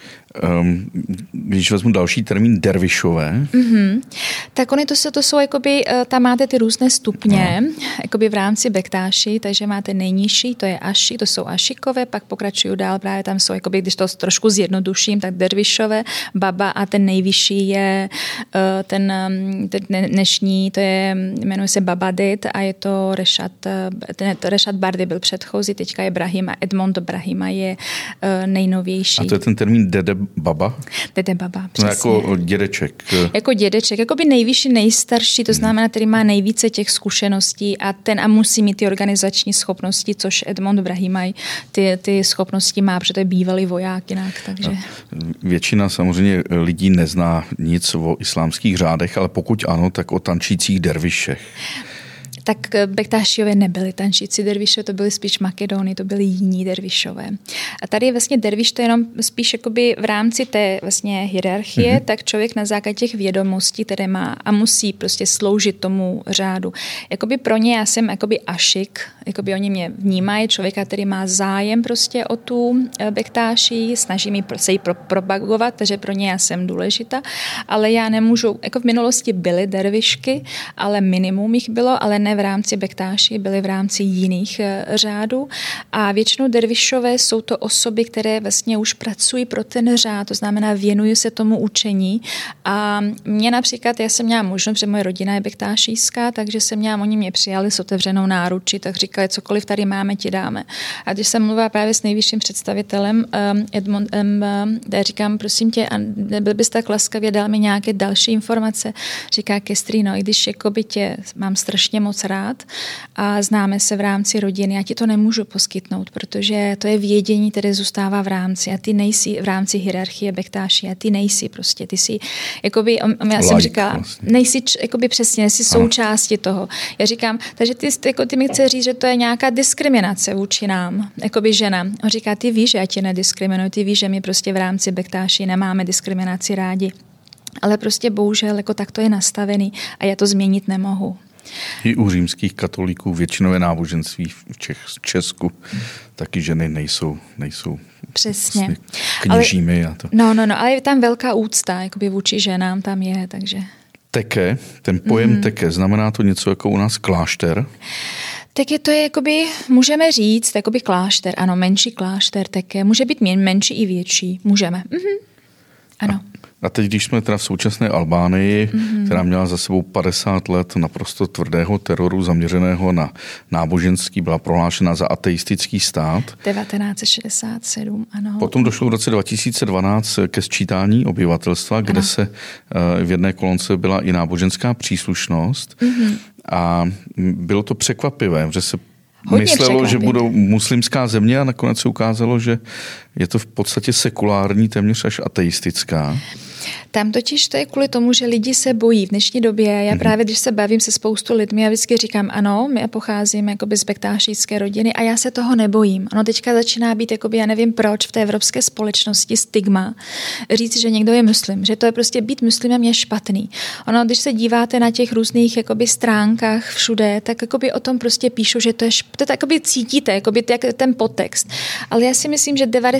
Um, když vezmu další termín dervišové. Mm-hmm. Tak oni to, to jsou, jakoby, tam máte ty různé stupně, no. jakoby v rámci Bektáši, takže máte nejnižší, to je aši, to jsou ašikové, pak pokračuju dál, právě tam jsou, jakoby, když to trošku zjednoduším, tak dervišové, baba a ten nejvyšší je ten, ten dnešní, to je, jmenuje se Babadit a je to Rešat, ten, to Rešat Bardi byl předchozí, teďka je Brahima, Edmond Brahima je nejnovější. A to je ten termín Dede Baba? Dede Baba, přesně. No jako dědeček. Jako dědeček, jako by nejvyšší, nejstarší, to znamená, který má nejvíce těch zkušeností a ten a musí mít ty organizační schopnosti, což Edmond Brahimaj ty, ty schopnosti má, protože to je bývalý voják jinak. Takže. Většina samozřejmě lidí nezná nic o islámských řádech, ale pokud ano, tak o tančících dervišech. Tak Bektášiové nebyli tančící dervišové, to byly spíš Makedony, to byly jiní dervišové. A tady vlastně derviš to je jenom spíš jakoby v rámci té vlastně hierarchie, mm-hmm. tak člověk na základě těch vědomostí, které má a musí prostě sloužit tomu řádu. Jakoby pro ně já jsem jakoby ašik, jakoby oni mě vnímají, člověka, který má zájem prostě o tu Bektáši, snaží mi se ji pro, propagovat, takže pro ně já jsem důležitá, ale já nemůžu, jako v minulosti byly dervišky, ale minimum jich bylo, ale ne v rámci Bektáši, byly v rámci jiných řádů a většinou dervišové jsou to osoby, které vlastně už pracují pro ten řád, to znamená věnují se tomu učení a mě například, já jsem měla možnost, že moje rodina je bektášijská, takže jsem měla, oni mě přijali s otevřenou náručí, tak říkali, cokoliv tady máme, ti dáme. A když jsem mluvila právě s nejvyšším představitelem um, Edmondem, um, já říkám, prosím tě, a nebyl bys tak laskavě, dal mi nějaké další informace, říká Kestrino, i když jakoby tě mám strašně moc rád a známe se v rámci rodiny, já ti to nemůžu poskytnout, protože to je vědění, které zůstává v rámci a ty nejsi v rámci hierarchie Bektáši a ty nejsi prostě, ty jsi, jakoby, já jsem like, říkala, vlastně. nejsi, jakoby přesně, nejsi součástí toho. Já říkám, takže ty, jako, ty mi chce říct, že to je nějaká diskriminace vůči nám, jakoby ženám. On říká, ty víš, že já tě nediskriminuji, ty víš, že my prostě v rámci Bektáši nemáme diskriminaci rádi. Ale prostě bohužel jako tak to je nastavený a já to změnit nemohu. I u římských katolíků většinové náboženství v, Čech, v Česku taky ženy nejsou, nejsou přesně vlastně kněžími. Ale, a to. No, no, no, ale je tam velká úcta, jakoby vůči ženám tam je, takže... Teke, ten pojem mm-hmm. teke, znamená to něco jako u nás klášter? Tak je to, je, jakoby, můžeme říct, jakoby klášter, ano, menší klášter teke, může být menší i větší, můžeme. Mhm. Ano. A A teď, když jsme teda v současné Albánii, mm-hmm. která měla za sebou padesát let naprosto tvrdého teroru zaměřeného na náboženský, byla prohlášena za ateistický stát. devatenáct set šedesát sedm, ano. Potom došlo v roce dva tisíce dvanáct ke sčítání obyvatelstva, kde ano. se v jedné kolonce byla i náboženská příslušnost. Mm-hmm. A bylo to překvapivé, že se Hodně myslelo, že budou muslimská země a nakonec se ukázalo, že je to v podstatě sekulární, téměř až ateistická. Tam totiž to je kvůli tomu, že lidi se bojí v dnešní době. Já mm-hmm. právě, když se bavím se spoustu lidmi, já vždycky říkám, ano, my pocházíme jakoby z bektášijské rodiny a já se toho nebojím. Ono teďka začíná být, jakoby, já nevím proč, v té evropské společnosti stigma říct, že někdo je muslim, že to je prostě být muslimem je špatný. Ono, když se díváte na těch různých jakoby, stránkách všude, tak jakoby, o tom prostě píšu, že to je, to je jakoby, cítíte, jakoby, ten podtext. Ale já si myslím, že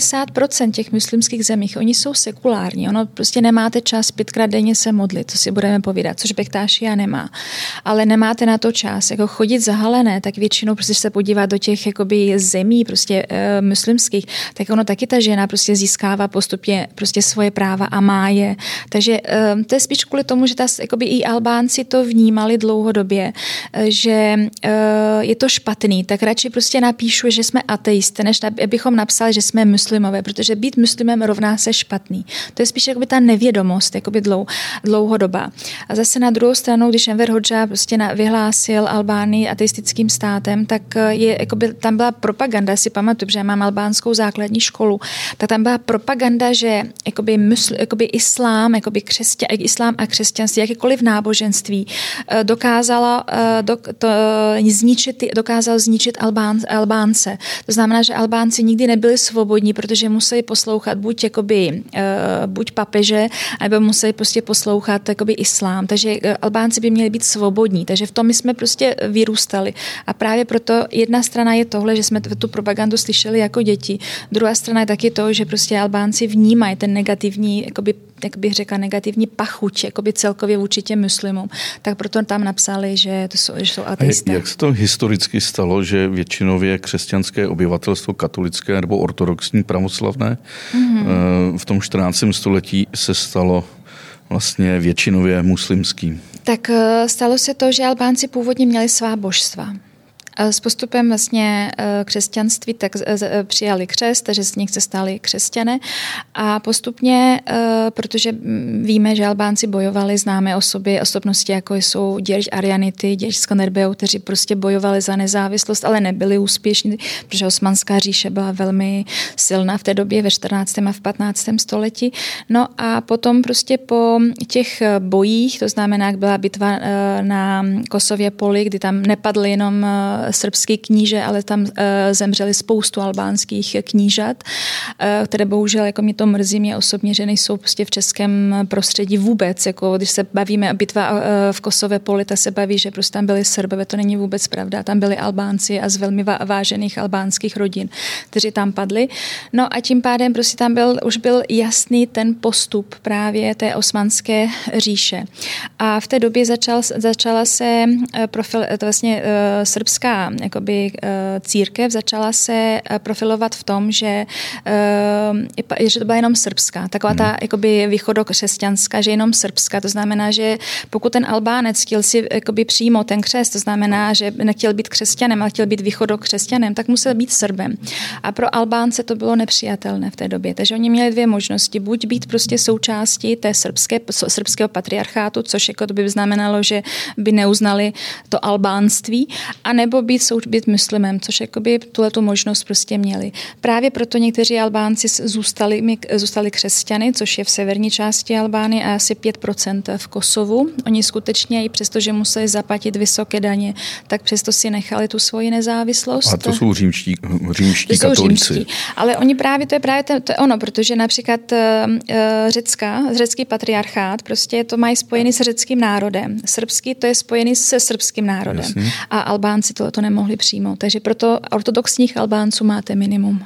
devadesát procent těch muslimských zemích, oni jsou sekulární. Ono prostě nemáte čas pětkrát denně se modlit, to si budeme povídat, což Bektášia nemá. Ale nemáte na to čas. Jako chodit zahalené, tak většinou prostě se podívat do těch jakoby zemí prostě e, muslimských, tak ono taky ta žena prostě získává postupně prostě svoje práva a má je. Takže e, to je spíš kvůli tomu, že ta, jakoby i Albánci to vnímali dlouhodobě, e, že e, je to špatný, tak radši prostě napíšu, že jsme ateisté, než abychom napsali, že jsme muslimové, protože být muslimem rovná se špatný. To je spíš jakoby ta nevědomost, jakoby dlou, dlouhodobá. A zase na druhou stranu, když Enver Hodža prostě na, vyhlásil Albánii ateistickým státem, tak je, jakoby, tam byla propaganda, si pamatuju, protože já mám albánskou základní školu, tak tam byla propaganda, že jakoby, musl, jakoby islám, jakoby křesťan, islám a křesťanství, jakékoliv náboženství dokázala do, to, zničit, dokázal zničit Albán, Albánce. To znamená, že Albánci nikdy nebyli svobodní, protože museli poslouchat buď, jakoby, buď papeže, nebo museli prostě poslouchat jakoby, islám. Takže Albánci by měli být svobodní. Takže v tom my jsme prostě vyrůstali. A právě proto jedna strana je tohle, že jsme tu propagandu slyšeli jako děti. Druhá strana je taky to, že prostě Albánci vnímají ten negativní, jakoby, jak bych řekla, negativní pachuť, jakoby celkově vůči těm muslimům. Tak proto tam napsali, že to jsou, že jsou ateisté. Jak se to historicky stalo, že většinově křesťanské obyvatelstvo katolické nebo ortodoxní pravoslavné mm-hmm. v tom čtrnáctém století se stalo vlastně většinově muslimským? Tak stalo se to, že Albánci původně měli svá božstva. S postupem vlastně křesťanství tak přijali křest, takže z nich se stali křesťané a postupně, protože víme, že Albánci bojovali, známe osoby, osobnosti, jako jsou György Arianity, György Skanderbeu, kteří prostě bojovali za nezávislost, ale nebyli úspěšní, protože Osmanská říše byla velmi silná v té době ve čtrnáctém a v patnáctém století. No a potom prostě po těch bojích, to znamená, jak byla bitva na Kosově poli, kdy tam nepadly jenom srbský kníže, ale tam uh, zemřeli spoustu albánských knížat, uh, které bohužel, jako mě to mrzí, mě osobně, že nejsou prostě v českém prostředí vůbec. Jako, když se bavíme, bitva uh, v Kosové poli, ta se baví, že prostě tam byli Srbové, to není vůbec pravda. Tam byli Albánci a z velmi vážených albánských rodin, kteří tam padli. No a tím pádem prostě tam byl, už byl jasný ten postup právě té osmanské říše. A v té době začal, začala se profil, to vlastně uh, srbská jakoby, církev začala se profilovat v tom, že, že to byla jenom srbská, taková ta jakoby, východokřesťanská, že jenom srbská. To znamená, že pokud ten Albánec chtěl si jakoby, přijmout ten křest, to znamená, že nechtěl být křesťanem, ale chtěl být východokřesťanem, tak musel být Srbem. A pro Albánce to bylo nepřijatelné v té době. Takže oni měli dvě možnosti. Buď být prostě součástí té srbské, srbského patriarchátu, což jako to by znamenalo, že by neuznali to albánství, anebo být, jsou, být muslimem, což jakoby tuhletu možnost prostě měli. Právě proto někteří Albánci zůstali, zůstali křesťany, což je v severní části Albánie a asi pět procent v Kosovu. Oni skutečně, i přesto, že museli zaplatit vysoké daně, tak přesto si nechali tu svoji nezávislost. A to jsou římští, římští to katolíci. Jsou římští. Ale oni právě, to je právě to, to je ono, protože například uh, Řecka, řecký patriarchát, prostě to mají spojený s řeckým národem. Srbský to je spojený se srbským národem. Jasně. A Albánci to, to nemohli přijmout. Takže proto ortodoxních Albánců máte minimum.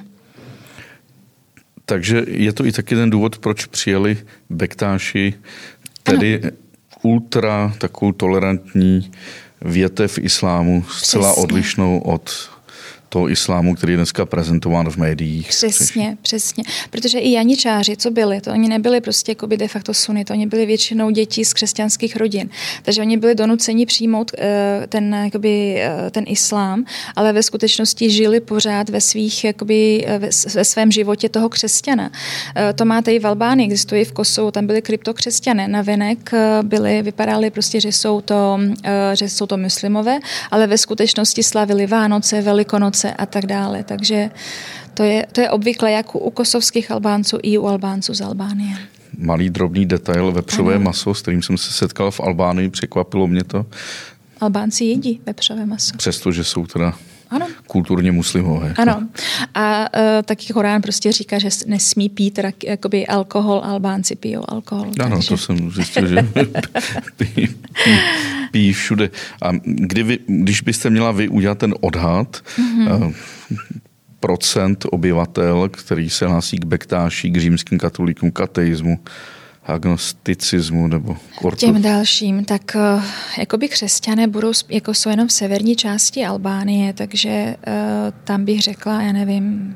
Takže je to i taky ten důvod, proč přijeli Bektáši, tedy ano. ultra takovou tolerantní větev islámu, zcela Přesně. odlišnou od toho islámu, který je dneska prezentován v médiích. Přesně, přesně. Protože i janičáři, co byli, to oni nebyli prostě jakoby de facto sunny, to oni byli většinou děti z křesťanských rodin. Takže oni byli donuceni přijmout uh, ten, jakoby, uh, ten islám, ale ve skutečnosti žili pořád ve svých, jakoby, ve, ve svém životě toho křesťana. Uh, to máte i v Albánii, existuje i v Kosovu, tam byli kryptokřesťané. Navenek uh, byli, vypadali prostě, že jsou to, uh, že jsou to muslimové, ale ve skutečnosti slavili Vánoce, Velikonoce a tak dále. Takže to je, to je obvykle jak u kosovských Albánců i u Albánců z Albánie. Malý drobný detail, vepřové ano. maso, s kterým jsem se setkal v Albánii, překvapilo mě to. Albánci jedí vepřové maso. Přestože jsou teda ano. kulturně muslimové. Ano. A uh, taky Korán prostě říká, že nesmí pít rak, jakoby alkohol, Albánci pijou alkohol. Ano, takže... to jsem zjistil, že pijí pí všude. A kdy vy, když byste měla vy udělat ten odhad, mm-hmm. uh, procent obyvatel, který se hlásí k Bektáši, k římským katolíkům, k ateismu, agnosticismu nebo k těm dalším, tak uh, jakoby křesťané budou, jako jsou jenom v severní části Albánie, takže uh, tam bych řekla, já nevím,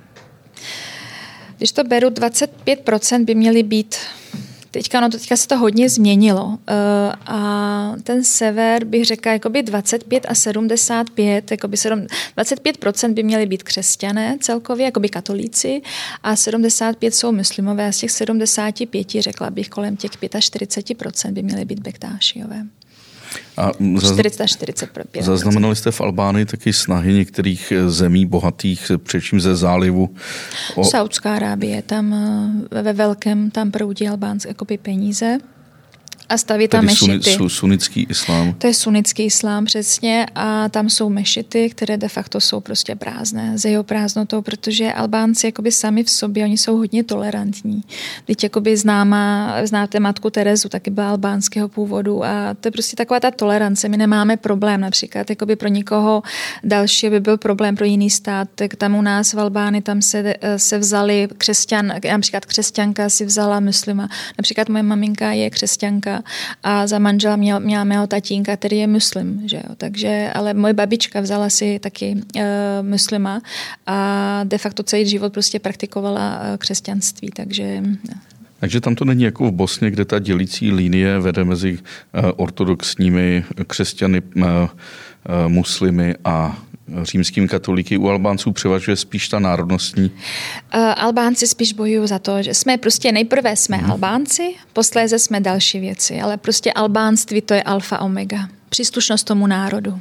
když to beru, dvacet pět procent by měly být, teďka, no, teďka se to hodně změnilo uh, a ten sever bych řekla jakoby dvacet pět a sedmdesát pět, jakoby sedm, dvacet pět procent by měly být křesťané celkově, jakoby katolíci a sedmdesát pět jsou muslimové a z těch sedmdesát pět řekla bych kolem těch čtyřicet pět procent by měly být bektášiové. A čtyřicet až čtyřicet pět. Zaznamenali jste v Albánii taky snahy některých zemí bohatých, především ze zálivu? O... Saudská Arábie, tam ve velkém tam proudí albánské jakoby peníze a staví tam mešity. Suni, sunnický islám. To je sunnický islám, přesně, a tam jsou mešity, které de facto jsou prostě prázdné, s jeho prázdnotou, protože Albánci jakoby sami v sobě, oni jsou hodně tolerantní. Teď jakoby známá, znáte matku Terezu, taky byla albánského původu a to je prostě taková ta tolerance. My nemáme problém, například jakoby pro někoho dalšího by byl problém pro jiný stát, tak tam u nás v Albánii tam se, se vzali křesťan, například křesťanka si vzala muslima. Například moje maminka je křesťanka a za manžela měla, měla mého tatínka, který je muslim, že jo, takže, ale moje babička vzala si taky uh, muslima a de facto celý život prostě praktikovala uh, křesťanství, takže... Takže tam to není jako v Bosně, kde ta dělící linie vede mezi uh, ortodoxními křesťany, uh, uh, muslimy a římskými katolíky. U Albánců převažuje spíš ta národnostní? Uh, Albánci spíš bojují za to, že jsme prostě nejprve jsme hmm. Albánci, posléze jsme další věci, ale prostě albánství to je alfa omega. Příslušnost tomu národu.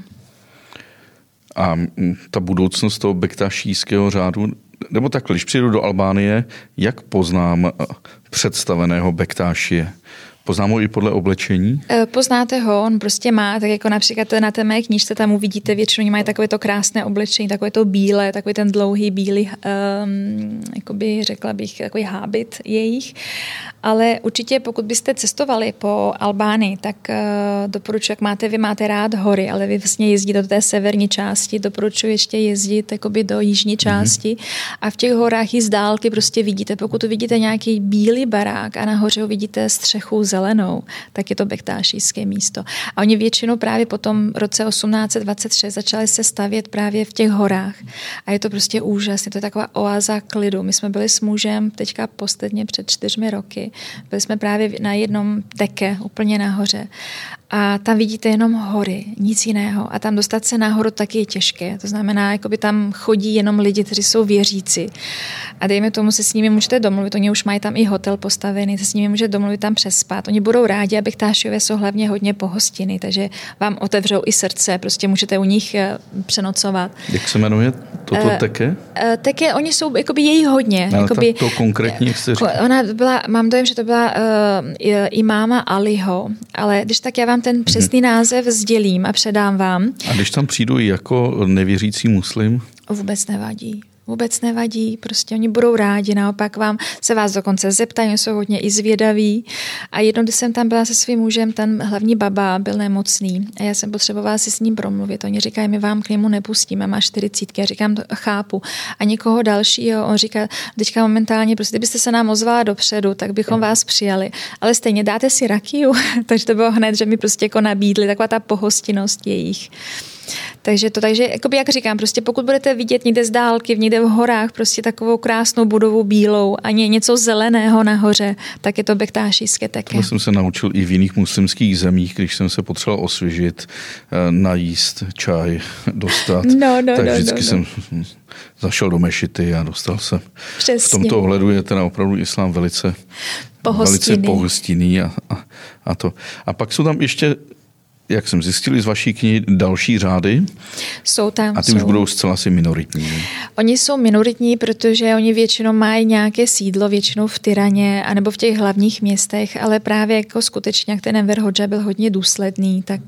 A ta budoucnost toho bektašijského řádu, nebo takhle, když přijdu do Albánie, jak poznám představeného bektášie? Poznám ho i podle oblečení? Poznáte ho, on prostě má, tak jako například na té mé knížce tam uvidíte, většinou mají takové to krásné oblečení, takové to bílé, takový ten dlouhý bílý, um, jakoby řekla bych, takový hábit jejich. Ale určitě pokud byste cestovali po Albánii, tak uh, doporučuji, jak máte, vy máte rád hory, ale vy vlastně jezdíte do té severní části, doporučuji ještě jezdit jakoby do jižní části mm-hmm. a v těch horách i z dálky prostě vidíte, pokud vidíte nějaký bílý barák a nahoře ho vidíte střechu zelenou, tak je to bektášijské místo. A oni většinou právě po tom roce osmnáct set dvacet šest začali se stavět právě v těch horách. A je to prostě úžasné, to je taková oáza klidu. My jsme byli s mužem teďka posledně před čtyřmi roky. Byli jsme právě na jednom teke, úplně nahoře. A tam vidíte jenom hory, nic jiného. A tam dostat se nahoru taky je těžké. To znamená, jakoby tam chodí jenom lidi, kteří jsou věřící. A dejme tomu, se s nimi můžete domluvit. Oni už mají tam i hotel postavený, se s nimi můžete domluvit tam přespat. Oni budou rádi, a bektášiové jsou hlavně hodně pohostinní, takže vám otevřou i srdce, prostě můžete u nich přenocovat. Jak se jmenuje toto teke? Uh, teke, oni jsou, jakoby je jich hodně. Ale jakoby, to konkrétně chci říct. Ona byla, mám dojem, že to byla uh, imáma Aliho, ale když tak já vám ten přesný název sdělím a předám vám. A když tam přijdu jako nevěřící muslim? Vůbec nevadí. Vůbec nevadí, prostě oni budou rádi, naopak vám se vás dokonce zeptají, oni jsou hodně i zvědaví. A jednou, když jsem tam byla se svým mužem, ten hlavní baba byl nemocný a já jsem potřebovala si s ním promluvit. Oni říkají, my vám k němu nepustíme, má čtyřicítky. Já říkám, chápu. A někoho dalšího, on říká, teďka momentálně, prostě kdybyste se nám ozvala dopředu, tak bychom vás přijali. Ale stejně dáte si rakiu, takže to bylo hned, že mi prostě jako nabídli, taková ta pohostinnost jejich. Takže to, takže jakoby jak říkám, prostě pokud budete vidět někde z dálky, někde v horách, prostě takovou krásnou budovu bílou a něco zeleného nahoře, tak je to bektášijské teke. To jsem se naučil i v jiných muslimských zemích, když jsem se potřeboval osvěžit, najíst, čaj, dostat. No, no, tak no, vždycky no, no. jsem zašel do mešity a dostal se. Přesně. V tomto ohledu je teda opravdu islám velice pohostinný, velice pohostinný a, a, a to. A pak jsou tam ještě, jak jsem zjistil z vaší knihy, další řády. Jsou tam. A ty jsou. už budou zcela asi minoritní. Ne? Oni jsou minoritní, protože oni většinou mají nějaké sídlo, většinou v Tiraně, anebo v těch hlavních městech, ale právě jako skutečně, jak ten Enver Hodža byl hodně důsledný, tak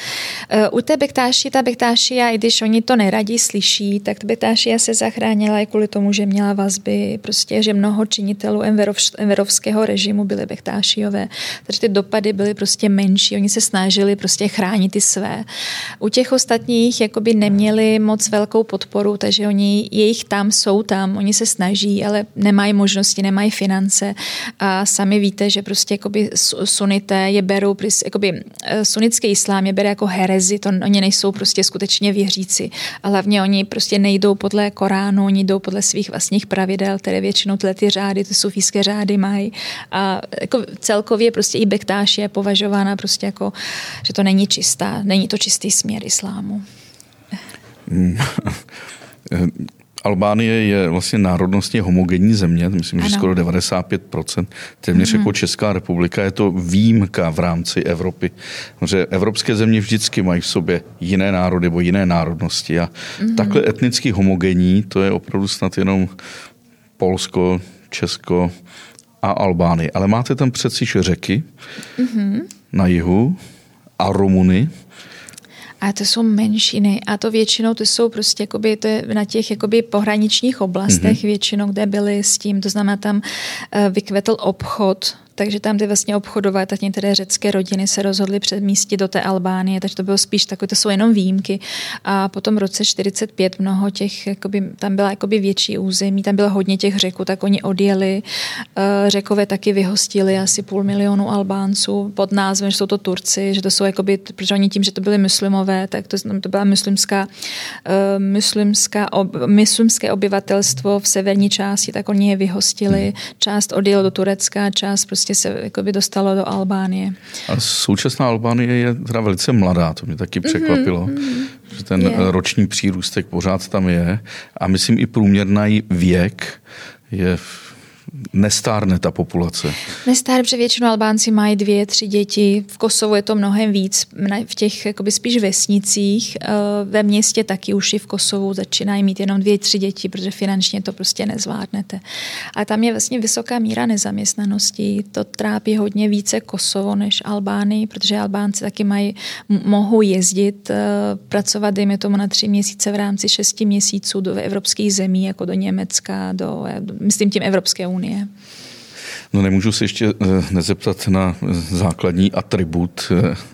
uh, u té Bektáši, ta Bektášia, i když oni to neradí slyší, tak Bektášia se zachránila i kvůli tomu, že měla vazby, prostě, že mnoho činitelů Enverov, enverovského režimu byly Bektášiové, takže ty dopady byly prostě menší, oni se snažili prostě chránit ty své. U těch ostatních jakoby neměli moc velkou podporu, takže oni jejich tam jsou tam, oni se snaží, ale nemají možnosti, nemají finance a sami víte, že prostě jakoby sunité je berou, jakoby sunnický islám je bere jako herezi, to oni nejsou prostě skutečně věřící a hlavně oni prostě nejdou podle Koránu, oni jdou podle svých vlastních pravidel, které většinou tyhle ty řády, ty sufijské řády mají a jako celkově prostě i Bektáš je považována prostě jako, že to není čistá, není to čistý směr islámu. Albánie je vlastně národnostně homogenní země, myslím, že ano. skoro devadesát pět procent, téměř mm-hmm. jako Česká republika, je to výjimka v rámci Evropy. Protože evropské země vždycky mají v sobě jiné národy nebo jiné národnosti a mm-hmm. takhle etnicky homogenní, to je opravdu snad jenom Polsko, Česko a Albánie. Ale máte tam přeci řeky mm-hmm. na jihu a Rumuny. A to jsou menšiny a to většinou to jsou prostě jakoby, to je na těch jakoby pohraničních oblastech mm-hmm. většinou, kde byli s tím, to znamená tam uh, vykvetl obchod, takže tam ty vlastně obchodovat, tak některé řecké rodiny se rozhodly přemístit do té Albánie, takže to bylo spíš takové, to jsou jenom výjimky. A potom v roce čtyřicet pět mnoho těch, jakoby, tam byla jakoby větší území, tam bylo hodně těch Řeků, tak oni odjeli. Řekové taky vyhostili asi půl milionu Albánců pod názvem, že jsou to Turci, že to jsou jakoby, protože oni tím, že to byli muslimové, tak to, to byla muslimská, muslimská ob, muslimské obyvatelstvo v severní části, tak oni je vyhostili. Část odjelo do Turecka, část prostě se jakoby dostalo do Albánie. A současná Albánie je teda velice mladá, to mě taky překvapilo, mm-hmm. že ten je. roční přírůstek pořád tam je a myslím i průměrný věk je nestárne ta populace. Nestárne, protože většinou Albánci mají dvě, tři děti. V Kosovu je to mnohem víc. V těch jakoby spíš vesnicích. Ve městě taky už i v Kosovu začínají mít jenom dvě, tři děti, protože finančně to prostě nezvládnete. A tam je vlastně vysoká míra nezaměstnanosti. To trápí hodně více Kosovo než Albánii, protože Albánci taky mají, mohou jezdit, pracovat, dejme tomu na tři měsíce v rámci šesti měsíců do evropských zemí, jako do Německa, do, myslím tím Evropské unie. No nemůžu se ještě nezeptat na základní atribut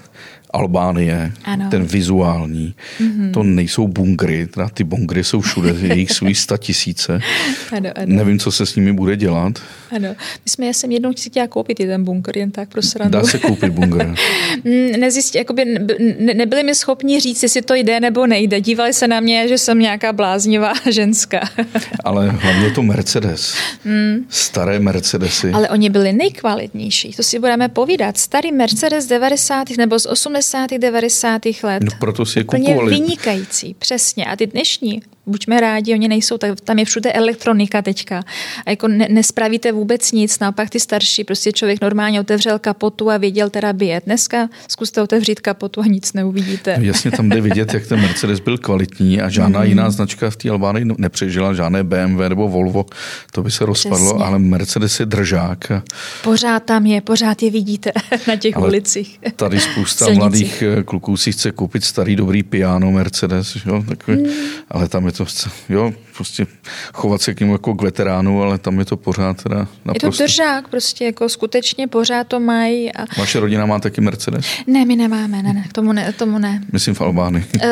Albánie, ano. ten vizuální. Mm-hmm. To nejsou bunkry, teda ty bunkry jsou všude, jejich svý sta tisíce. Ano, ano. Nevím, co se s nimi bude dělat. Ano, my jsme, já jsem jednou chtěla koupit jeden bunkr, jen tak pro srandu. Dá se koupit bunkr. Nezjistí, jakoby ne, nebyli mi schopni říct, jestli to jde nebo nejde. Dívali se na mě, že jsem nějaká bláznivá ženská. Ale hlavně to Mercedes. Mm. Staré Mercedesy. Ale oni byli nejkvalitnější, to si budeme povídat. Starý Mercedes z devadesátých nebo z osmdesátých devadesátých let. No proto si je kupovali. Úplně vynikající, přesně. A ty dnešní, buďme rádi, oni nejsou, tak tam je všude elektronika teďka. A jako ne, nespravíte vůbec nic, naopak ty starší, prostě člověk normálně otevřel kapotu a věděl teda byjet. Dneska zkuste otevřít kapotu a nic neuvidíte. No jasně, tam jde vidět, jak ten Mercedes byl kvalitní a žádná mm. jiná značka v té Albánii nepřežila, žádné B M W nebo Volvo, to by se rozpadlo, přesně. Ale Mercedes je držák. A... Pořád tam je, pořád je vidíte na těch ale ulicích. Tady spousta mladých kluků si chce koupit starý dobrý piano Mercedes, jo, takový, mm. ale tam je to, jo, prostě chovat se k němu jako k veteránu, ale tam je to pořád teda naprosto. Je to držák, prostě jako skutečně pořád to mají. A... Vaše rodina má taky Mercedes? Ne, my nemáme, ne, ne, tomu ne. Tomu ne. Myslím v Albánii. uh,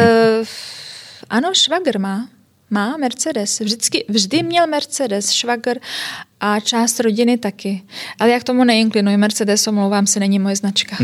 ano, švagr má. Má Mercedes. Vždycky, vždy měl Mercedes, švagr a část rodiny taky. Ale já k tomu neinklinuji. Mercedes, omlouvám se, není moje značka.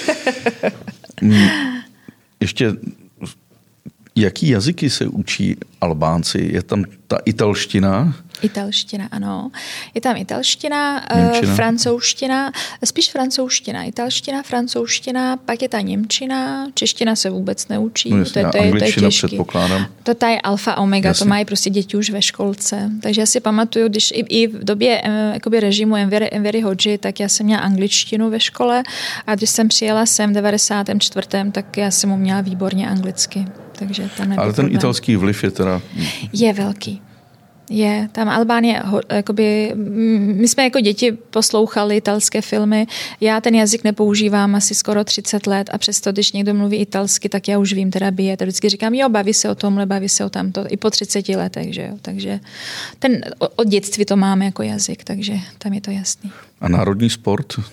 Ještě jaký jazyky se učí Albánci? Je tam ta italština? Italština, ano. Je tam italština, Němčina. Francouzština, spíš francouzština, italština, francouzština, pak je ta němčina, čeština se vůbec neučí. No jasně, to, je, to, je, to je těžký. Předpokládám. To je alfa omega, jasně. To mají prostě děti už ve školce. Takže já si pamatuju, když i, i v době jakoby režimu Enveri, Enveri Hodži, tak já jsem měla angličtinu ve škole a když jsem přijela sem v devadesátém čtvrtém tak já jsem uměla výborně anglicky. Takže tam nebyl Ale ten problém. Italský vliv je teda... Je velký. Je, tam Albánie, jakoby, my jsme jako děti poslouchali italské filmy, já ten jazyk nepoužívám asi skoro třicet let a přesto, když někdo mluví italsky, tak já už vím teda bije. Tak vždycky říkám, jo, baví se o tomhle, baví se o tamto, i po třiceti letech, že jo. Takže ten, od dětství to máme jako jazyk, takže tam je to jasný. A národní sport?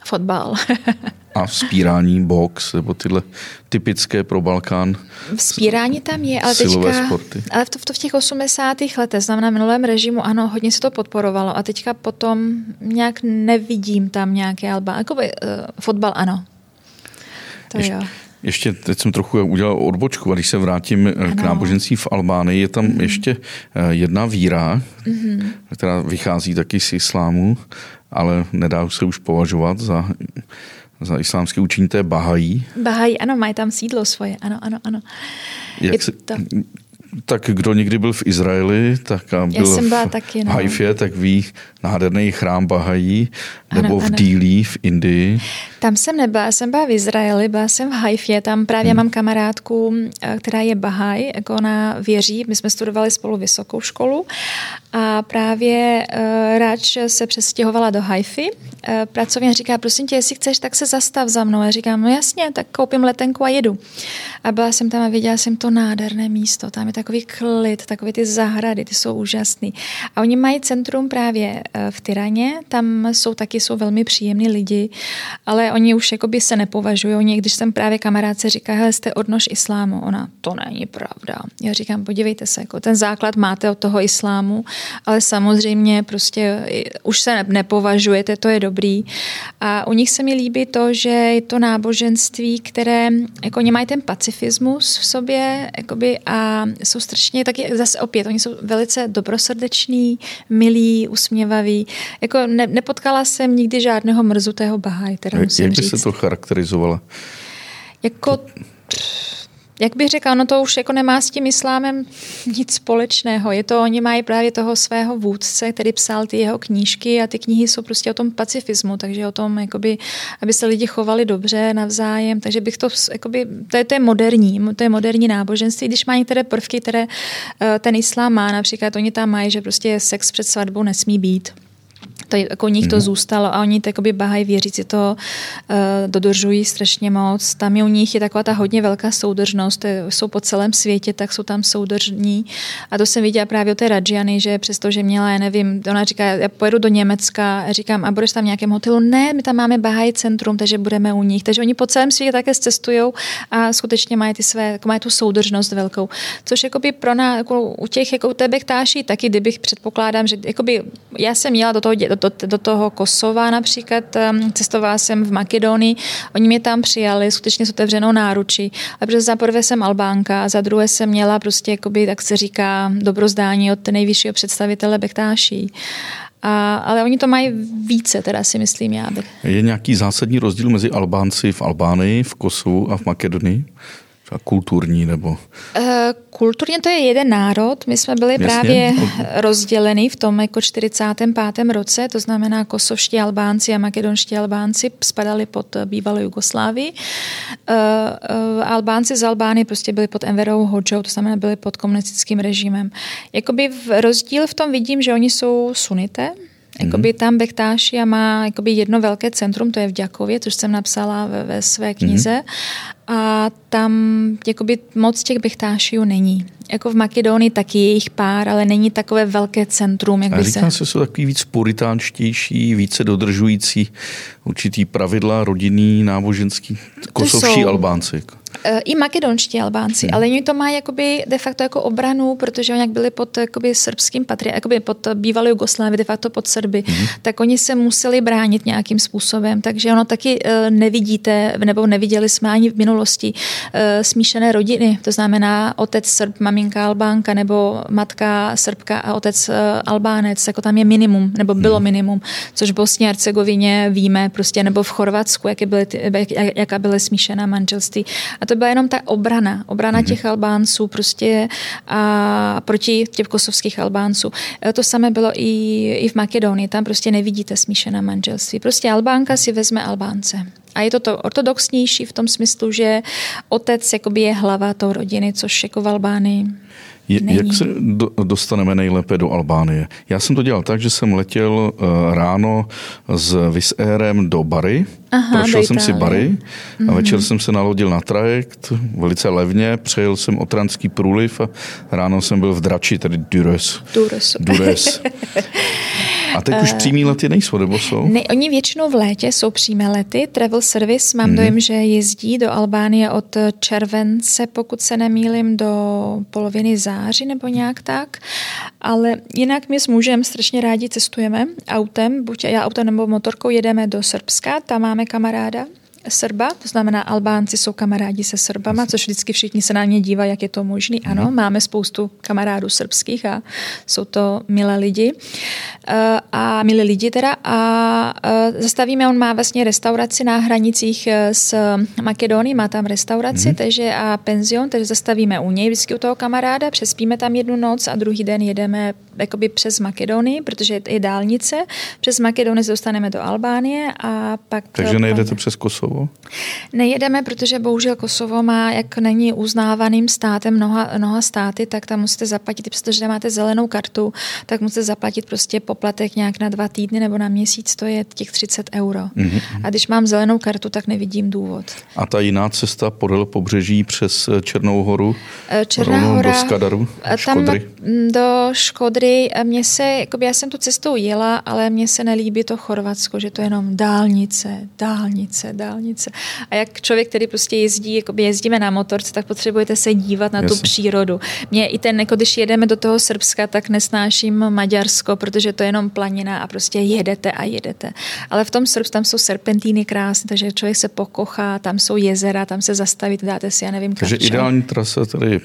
Fotbal. A vzpírání, box, nebo tyhle typické pro Balkán. Vzpírání tam je, ale teďka, sporty. ale to, to v těch osmdesátých letech, znamená minulém režimu, ano, hodně se to podporovalo a teďka potom nějak nevidím tam nějaké Albán, jako by, uh, fotbal, ano. To Ještě, jo. ještě teď jsem trochu udělal odbočku, a když se vrátím ano. k náboženství v Albánii, je tam mm-hmm. ještě jedna víra, mm-hmm. která vychází taky z islámu, ale nedá se už považovat za, za islámské učení, to je Bahají. Bahají, ano, mají tam sídlo svoje, ano, ano, ano. Jak se, to... Tak kdo někdy byl v Izraeli, tak a byl v taky, no. Haifě, tak ví nádherný chrám Bahají, nebo ano, v ano. Dílí v Indii. Tam jsem nebyla, jsem byla v Izraeli, byla jsem v Haifě, tam právě hmm. mám kamarádku, která je Bahaj, jako ona věří, my jsme studovali spolu vysokou školu a právě uh, Ráč se přestěhovala do Haify. Uh, pracovně říká, prosím tě, jestli chceš, tak se zastav za mnou. Já říkám, no jasně, tak koupím letenku a jedu. A byla jsem tam a viděla jsem to nádherné místo, tam je takový klid, takové ty zahrady, ty jsou úžasný. A oni mají centrum právě v Tiraně, tam jsou taky jsou velmi příjemní lidi, ale oni už jakoby se nepovažují. Oni, když jsem právě kamarádce říká, hele, jste odnož islámu. Ona, to není pravda. Já říkám, podívejte se, jako ten základ máte od toho islámu, ale samozřejmě prostě už se nepovažujete, to je dobrý. A u nich se mi líbí to, že je to náboženství, které, jako oni mají ten pacifismus v sobě, jakoby, a jsou strašně taky zase opět, oni jsou velice dobrosrdeční, milí, usměvaví. Jako ne, nepotkala jsem nikdy žádného mrzutého Bahaj, teda musím Jak by říct. se to charakterizovala? Jako, jak bych řekla, ono to už jako nemá s tím islámem nic společného. Je to, oni mají právě toho svého vůdce, který psal ty jeho knížky a ty knihy jsou prostě o tom pacifismu, takže o tom, jakoby, aby se lidi chovali dobře navzájem, takže bych to, jakoby, to je, to je moderní, to je moderní náboženství, když má některé prvky, které ten islám má, například oni tam mají, že prostě sex před svatbou nesmí být. To jako u nich to zůstalo a oni takoby Bahaj věřící to uh, dodržují strašně moc. Tam je u nich je taková ta hodně velká soudržnost, to jsou po celém světě, tak jsou tam soudržní. A to jsem viděla právě o té Radžiany, že přesto, že měla, já nevím, ona říká, já pojedu do Německa a říkám, a budeš tam v nějakém hotelu? Ne, my tam máme Bahaj centrum, takže budeme u nich. Takže oni po celém světě také cestujou a skutečně mají ty své, jako mají tu soudržnost velkou. Což jakoby pro nás, jako u těch, jako u té Bektáší, taky kdybych předpokládám, že jakoby já jsem měla do toho Do, do, do toho Kosova například, cestovala jsem v Makedonii, oni mě tam přijali skutečně s otevřenou náručí, ale protože za prvé jsem Albánka a za druhé jsem měla prostě, jakoby, tak se říká, dobrozdání od nejvyššího představitele Bektáší. A, ale oni to mají více, teda si myslím já. Bych. Je nějaký zásadní rozdíl mezi Albánci v Albánii, v Kosovu a v Makedonii? Kulturní nebo? Uh, kulturně to je jeden národ. My jsme byli Jasně. právě rozděleni v tom jako čtyřicátém pátém roce, to znamená kosovští Albánci a makedonští Albánci spadali pod bývalou Jugoslávii. Uh, uh, Albánci z Albánie prostě byli pod Enverou Hodžou, to znamená byli pod komunistickým režimem. Jakoby v rozdíl v tom vidím, že oni jsou sunité. Jakoby tam Bektášia má jakoby jedno velké centrum, to je v Ďakově, což jsem napsala ve, ve své knize. Mm-hmm. A tam jakoby moc těch Bektášiů není. Jako v Makedonii taky je jich pár, ale není takové velké centrum. Jak a by říká se, se, jsou takový víc puritánštější, více dodržující určitý pravidla rodinný, náboženský, kosovští Albánci. I makedonští Albánci, hmm. ale oni to mají jakoby de facto jako obranu, protože oni jak byli pod jakoby srbským patri, jakoby pod bývalou Jugoslávii, de facto pod Srby, hmm. tak oni se museli bránit nějakým způsobem, takže ono taky uh, nevidíte, nebo neviděli jsme ani v minulosti uh, smíšené rodiny, to znamená otec Srb, maminka Albánka, nebo matka Srbka a otec uh, Albánec, jako tam je minimum, nebo bylo hmm. minimum, což v Bosně a Hercegovině víme, prostě, nebo v Chorvatsku, jaké byly, jak, jaká byly smíšená manželství. A to byla jenom ta obrana, obrana mm-hmm. těch Albánců prostě a proti těch kosovských Albánců. To samé bylo i, i v Makedonii, tam prostě nevidíte smíšená manželství. Prostě Albánka si vezme Albánce. A je to to ortodoxnější v tom smyslu, že otec jakoby je hlava toho rodiny, což jako v Albánii Je, jak se do, dostaneme nejlépe do Albánie? Já jsem to dělal tak, že jsem letěl uh, ráno s Wizz Airem do Bari. Aha, prošel jsem si Bari a mm-hmm. večer jsem se nalodil na trajekt velice levně, přejel jsem Otranský průliv a ráno jsem byl v Drači, tedy Durrës. Durrës. Durrës. A teď už přímý lety nejsou, nebo jsou? Ne, oni většinou v létě jsou přímé lety. Travel Service, mám mm-hmm. dojem, že jezdí do Albánie od července, pokud se nemýlim, do poloviny září nebo nějak tak. Ale jinak my s mužem strašně rádi cestujeme autem, buď já autem nebo motorkou jedeme do Srbska, tam máme kamaráda Srba, to znamená Albánci jsou kamarádi se Srbama, což vždycky všichni se na mě dívají, jak je to možné. Ano, máme spoustu kamarádů srbských a jsou to milé lidi. A milí lidi teda. A zastavíme, on má vlastně restauraci na hranicích s Makedonií, má tam restauraci, mm. takže a penzion, takže zastavíme u něj vždycky u toho kamaráda, přespíme tam jednu noc a druhý den jedeme jakoby přes Makedonii, protože je dálnice. Přes Makedonii se dostaneme do Albánie a pak... Takže nejedete přes Kosovo? Nejedeme, protože bohužel Kosovo má, jak není uznávaným státem mnoha, mnoha státy, tak tam musíte zaplatit, protože máte zelenou kartu, tak musíte zaplatit prostě poplatek nějak na dva týdny nebo na měsíc, to je těch třicet euro. Mm-hmm. A když mám zelenou kartu, tak nevidím důvod. A ta jiná cesta podél pobřeží přes Černou horu, Černá hora, do Skadaru, Škodry? Tam do Škodry, mně se, jakoby já jsem tu cestou jela, ale mně se nelíbí to Chorvatsko, že to je jenom dálnice, dálnice, dálnice. A jak člověk, který prostě jezdí, jakoby jezdíme na motorce, tak potřebujete se dívat na Jasně. tu přírodu. Mě i ten, jako když jedeme do toho Srbska, tak nesnáším Maďarsko, protože to je jenom planina a prostě jedete a jedete. Ale v tom Srbsku tam jsou serpentíny krásné, takže člověk se pokochá, tam jsou jezera, tam se zastavit, dáte si, já nevím, takže kapčo. Ideální trasa tady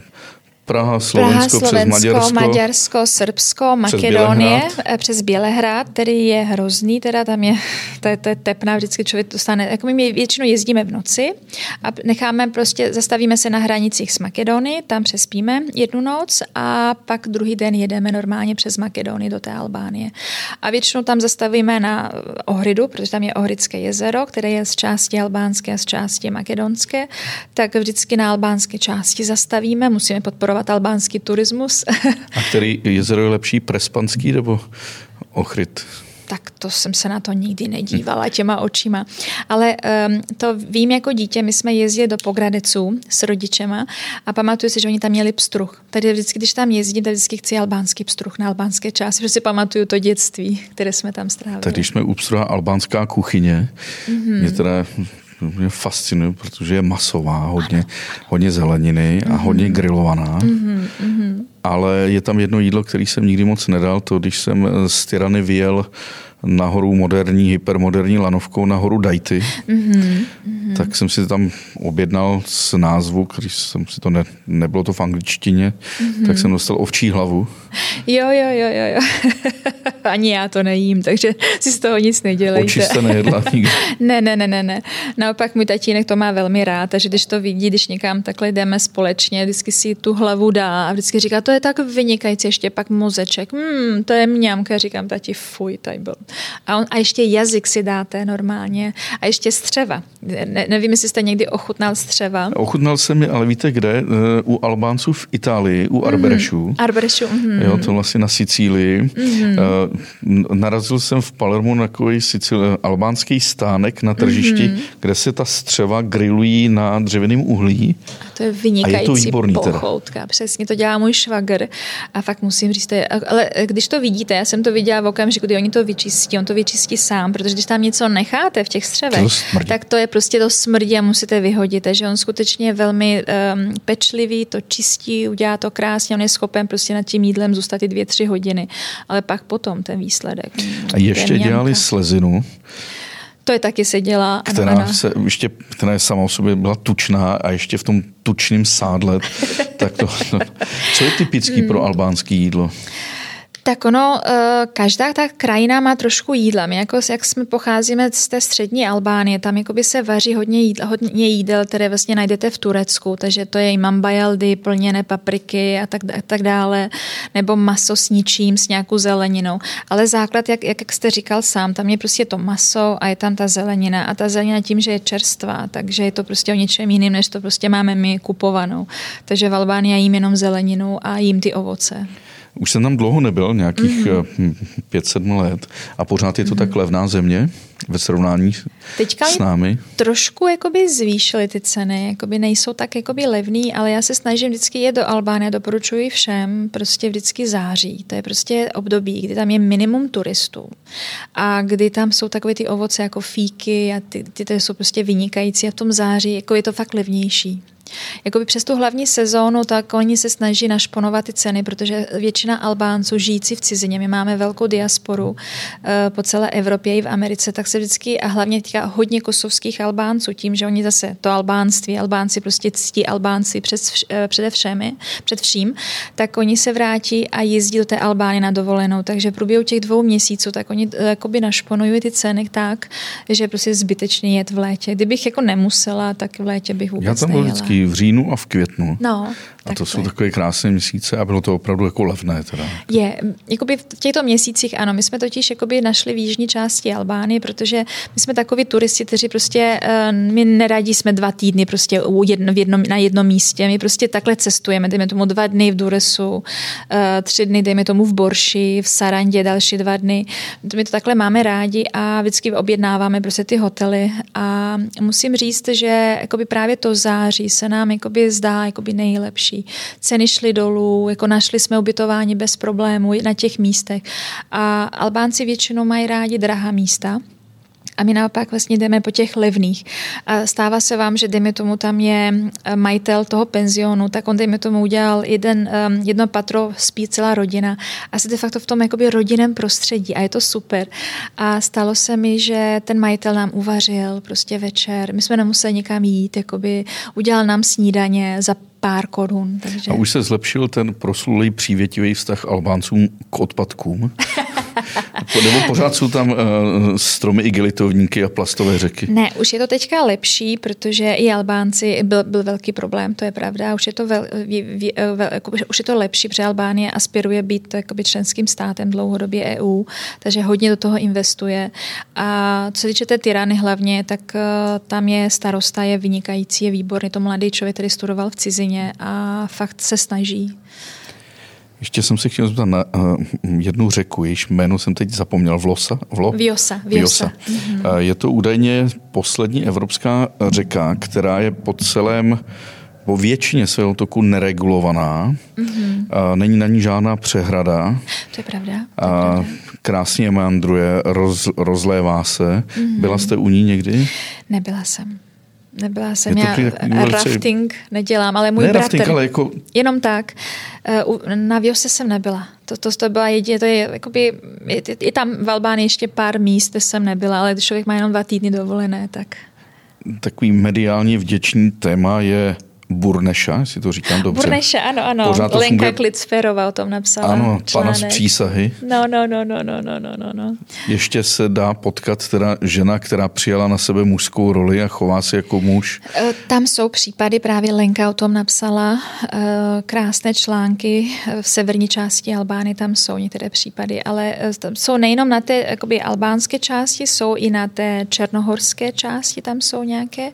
Praha, Slovensko, Praha, Slovensko přes Maďarsko. Maďarsko, Srbsko, Makedonie, přes, přes Bělehrad, který je hrozný, teda tam je, to je, to je tepná, vždycky člověk dostane, jako my většinou jezdíme v noci a necháme prostě, zastavíme se na hranicích s Makedonii, tam přespíme jednu noc a pak druhý den jedeme normálně přes Makedonii do té Albánie. A většinou tam zastavíme na Ohridu, protože tam je Ohridské jezero, které je z části albánské a z části makedonské, tak vždycky na albánské části zastavíme, musíme podporovat albánský turismus. A který jezero je lepší, Prespanský nebo Ohrid? Tak to jsem se na to nikdy nedívala těma očima. Ale um, to vím jako dítě, my jsme jezdili do Pogradeců s rodičema a pamatuju si, že oni tam měli pstruh. Tady vždycky, když tam jezdím, tak vždycky chci albánský pstruh na albánské části, protože si pamatuju to dětství, které jsme tam strávili. Tak když jsme u pstruha albánská kuchyně, mm-hmm. je teda... mě fascinuje, protože je masová, hodně, hodně zeleniny a hodně grilovaná. Mm-hmm, mm-hmm. Ale je tam jedno jídlo, který jsem nikdy moc nedal, to když jsem z Tirany vyjel nahoru moderní, hypermoderní lanovkou, nahoru Dajty, mm-hmm. tak jsem si tam objednal z názvu, když jsem si to ne, nebylo to v angličtině, mm-hmm. tak jsem dostal ovčí hlavu. Jo, jo, jo, jo, jo. Ani já to nejím, takže si z toho nic nedělejte. Oči jste nejedla nikdy? ne, ne, ne, ne, ne. Naopak můj tatínek to má velmi rád, takže když to vidí, když někam takhle jdeme společně, vždycky si tu hlavu dá a vždycky říká, to je tak vynikající, ještě pak mozeček, hmm, to je mňamka, říkám, tati, fuj, tady byl. A, on, a ještě jazyk si dáte normálně a ještě střeva. Ne, nevím, jestli jste někdy ochutnal střeva. Ochutnal jsem je, ale víte kde? U Albánců v Itálii, u Arberešu. Mm, Arberešu. Mm. Jo, to vlastně na Sicílii. Mm. Narazil jsem v Palermu na takový sicil, albánský stánek na tržišti, mm. kde se ta střeva grillují na dřevěném uhlí. A to je vynikající pochoutka. Přesně, to dělá můj švagr. A fakt musím říct, to je, ale když to vidíte, já jsem to viděla v okamžiku, kdy oni to vyčistí, on to vyčistí sám, protože když tam něco necháte v těch střevech, to tak to je prostě to smrdí a musíte vyhodit. Takže on skutečně je velmi um, pečlivý, to čistí, udělá to krásně, on je schopen prostě nad tím jídlem zůstat i dvě, tři hodiny. Ale pak potom ten výsledek. A ještě dělali slezinu. To je taky se dělá. Která, ano, ano. Se, ještě, která je sama o sobě byla tučná a ještě v tom tučném sádle. Tak to, to, co je typický pro albánský jídlo? Tak ono, každá ta krajina má trošku jídla. My jako, jak jsme pocházíme z té střední Albánie, tam jakoby se vaří hodně jídla, hodně jídel, které vlastně najdete v Turecku, takže to je imam bajaldy, plněné papriky a tak, a tak dále, nebo maso s ničím, s nějakou zeleninou. Ale základ, jak, jak jste říkal sám, tam je prostě to maso a je tam ta zelenina a ta zelenina tím, že je čerstvá, takže je to prostě o něčem jiným, než to prostě máme my kupovanou. Takže v Albánii jím jenom zeleninu a jím ty ovoce. Už jsem tam dlouho nebyl, nějakých mm-hmm. pět sedm let a pořád je to mm-hmm. tak levná země ve srovnání Teďka s námi. Trošku jakoby zvýšily ty ceny, jakoby nejsou tak jakoby levný, ale já se snažím vždycky jet do Albánie, doporučuji všem, prostě vždycky září. To je prostě období, kdy tam je minimum turistů a kdy tam jsou takové ty ovoce jako fíky a ty, ty, ty jsou prostě vynikající a v tom září jako je to fakt levnější. Jakoby přes tu hlavní sezónu, tak oni se snaží našponovat ty ceny, protože většina Albánců žijící v cizině, my máme velkou diasporu uh, po celé Evropě i v Americe, tak se vždycky, a hlavně týká hodně kosovských Albánců, tím, že oni zase to albánství, Albánci prostě ctí Albánci před, uh, přede všemi, před vším, tak oni se vrátí a jezdí do té Albánie na dovolenou, takže v průběhu těch dvou měsíců, tak oni uh, jakoby našponují ty ceny tak, že prostě zbytečně jet v létě. Kdybych jako nemusela, tak v létě bych vůbec nejela. V říjnu a v květnu. No, a to jsou takové krásné měsíce a bylo to opravdu jako levné teda. Je, jakoby v těchto měsících ano, my jsme totiž jakoby našli v jižní části Albánie, protože my jsme takoví turisti, kteří prostě, my neradí jsme dva týdny prostě jedno, v jednom, na jednom místě, my prostě takhle cestujeme, dejme tomu dva dny v Duresu, tři dny, dejme tomu v Borši, v Sarandě, další dva dny. My to takhle máme rádi a vždycky objednáváme prostě ty hotely a musím říct, že jakoby právě to září se nám jakoby zdá jakoby nejlepší. Ceny šly dolů, jako našli jsme ubytování bez problémů na těch místech. A Albánci většinou mají rádi drahá místa. A my naopak vlastně jdeme po těch levných. A stává se vám, že dejme tomu tam je majitel toho penzionu, tak on dejme tomu udělal jeden, jedno patro, spí celá rodina a jste de facto v tom jakoby rodinném prostředí a je to super. A stalo se mi, že ten majitel nám uvařil prostě večer, my jsme nemuseli nikam jít, jakoby udělal nám snídaně za pár korun. Takže... A už se zlepšil ten proslulý přívětivý vztah Albáncům k odpadkům? Nebo pořád jsou tam uh, stromy igelitovníky a plastové řeky? Ne, už je to teďka lepší, protože i Albánci byl, byl velký problém, to je pravda. Už je to, vel, vě, vel, jako, už je to lepší, protože Albánie aspiruje být jakoby členským státem dlouhodobě E U, takže hodně do toho investuje. A co se týče té Tirany hlavně, tak uh, tam je starosta, je vynikající, je výborný, to mladý člověk, který studoval v cizině a fakt se snaží. Ještě jsem se chtěl zeptat na uh, jednu řeku, jejíž jméno jsem teď zapomněl, Vlosa? Vlo? Vjosa. Vjosa. Mm-hmm. Je to údajně poslední evropská řeka, která je po celém, po většině svého toku neregulovaná. Mm-hmm. Není na ní žádná přehrada. To je pravda. To je pravda. Krásně meandruje, roz, rozlévá se. Mm-hmm. Byla jste u ní někdy? Nebyla jsem. Nebyla jsem, já rafting nedělám, ale můj ne bratr. Rafting, ale jako... Jenom tak. Na Vjose jsem nebyla. To, to, to byla jedině, to je jakoby, je, je tam v Albánii ještě pár míst, kde jsem nebyla, ale když člověk má jenom dva týdny dovolené, tak... Takový mediálně vděčný téma je Burneša, jestli to říkám dobře. Burneša, ano, ano. Lenka funguje... Klicferová o tom napsala ano, článek. Pana z přísahy. No, no, no, no, no, no, no, no. Ještě se dá potkat teda žena, která přijala na sebe mužskou roli a chová se jako muž. Tam jsou případy, právě Lenka o tom napsala krásné články v severní části Albánie, tam jsou některé případy, ale jsou nejenom na té jakoby albánské části, jsou i na té černohorské části, tam jsou nějaké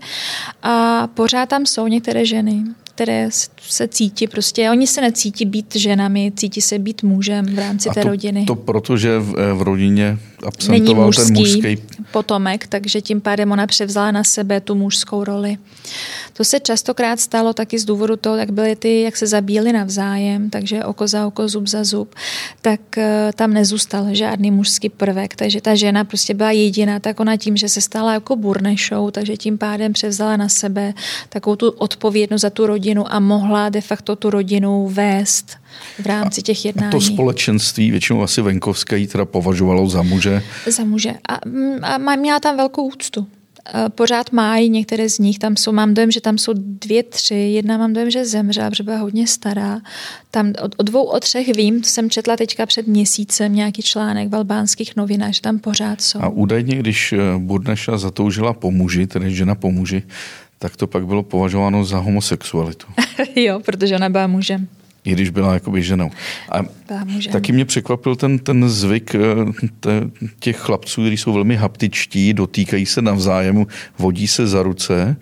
a pořád tam jsou některé ženy, které se cítí prostě, oni se necítí být ženami, cítí se být mužem v rámci a té to, rodiny. to protože v, v rodině absentoval mužský, ten mužský potomek, takže tím pádem ona převzala na sebe tu mužskou roli. To se častokrát stalo taky z důvodu toho, jak byly ty, jak se zabíjeli navzájem, takže oko za oko, zub za zub, tak uh, tam nezůstal žádný mužský prvek, takže ta žena prostě byla jediná, tak ona tím, že se stala jako burnešou, takže tím pádem převzala na sebe takovou tu odpovědnost za tu rodinu a mohla de facto tu rodinu vést v rámci těch jednání. A to společenství, většinou asi venkovské, ji teda považovalo za muže. Za muže. A, a měla tam velkou úctu. Pořád mají některé z nich, tam jsou, mám dojem, že tam jsou dvě, tři, jedna mám dojem, že zemřela, protože byla hodně stará. Tam o, o dvou, o třech vím, jsem četla teďka před měsícem nějaký článek v albánských novinách, že tam pořád jsou. A údajně, když Burneša zatoužila po muži, tedy žena po muži, tak to pak bylo považováno za homosexualitu. Jo, protože ona byla mužem. I když byla jakoby ženou. A taky mě překvapil ten, ten zvyk těch chlapců, kteří jsou velmi haptičtí, dotýkají se navzájem, vodí se za ruce,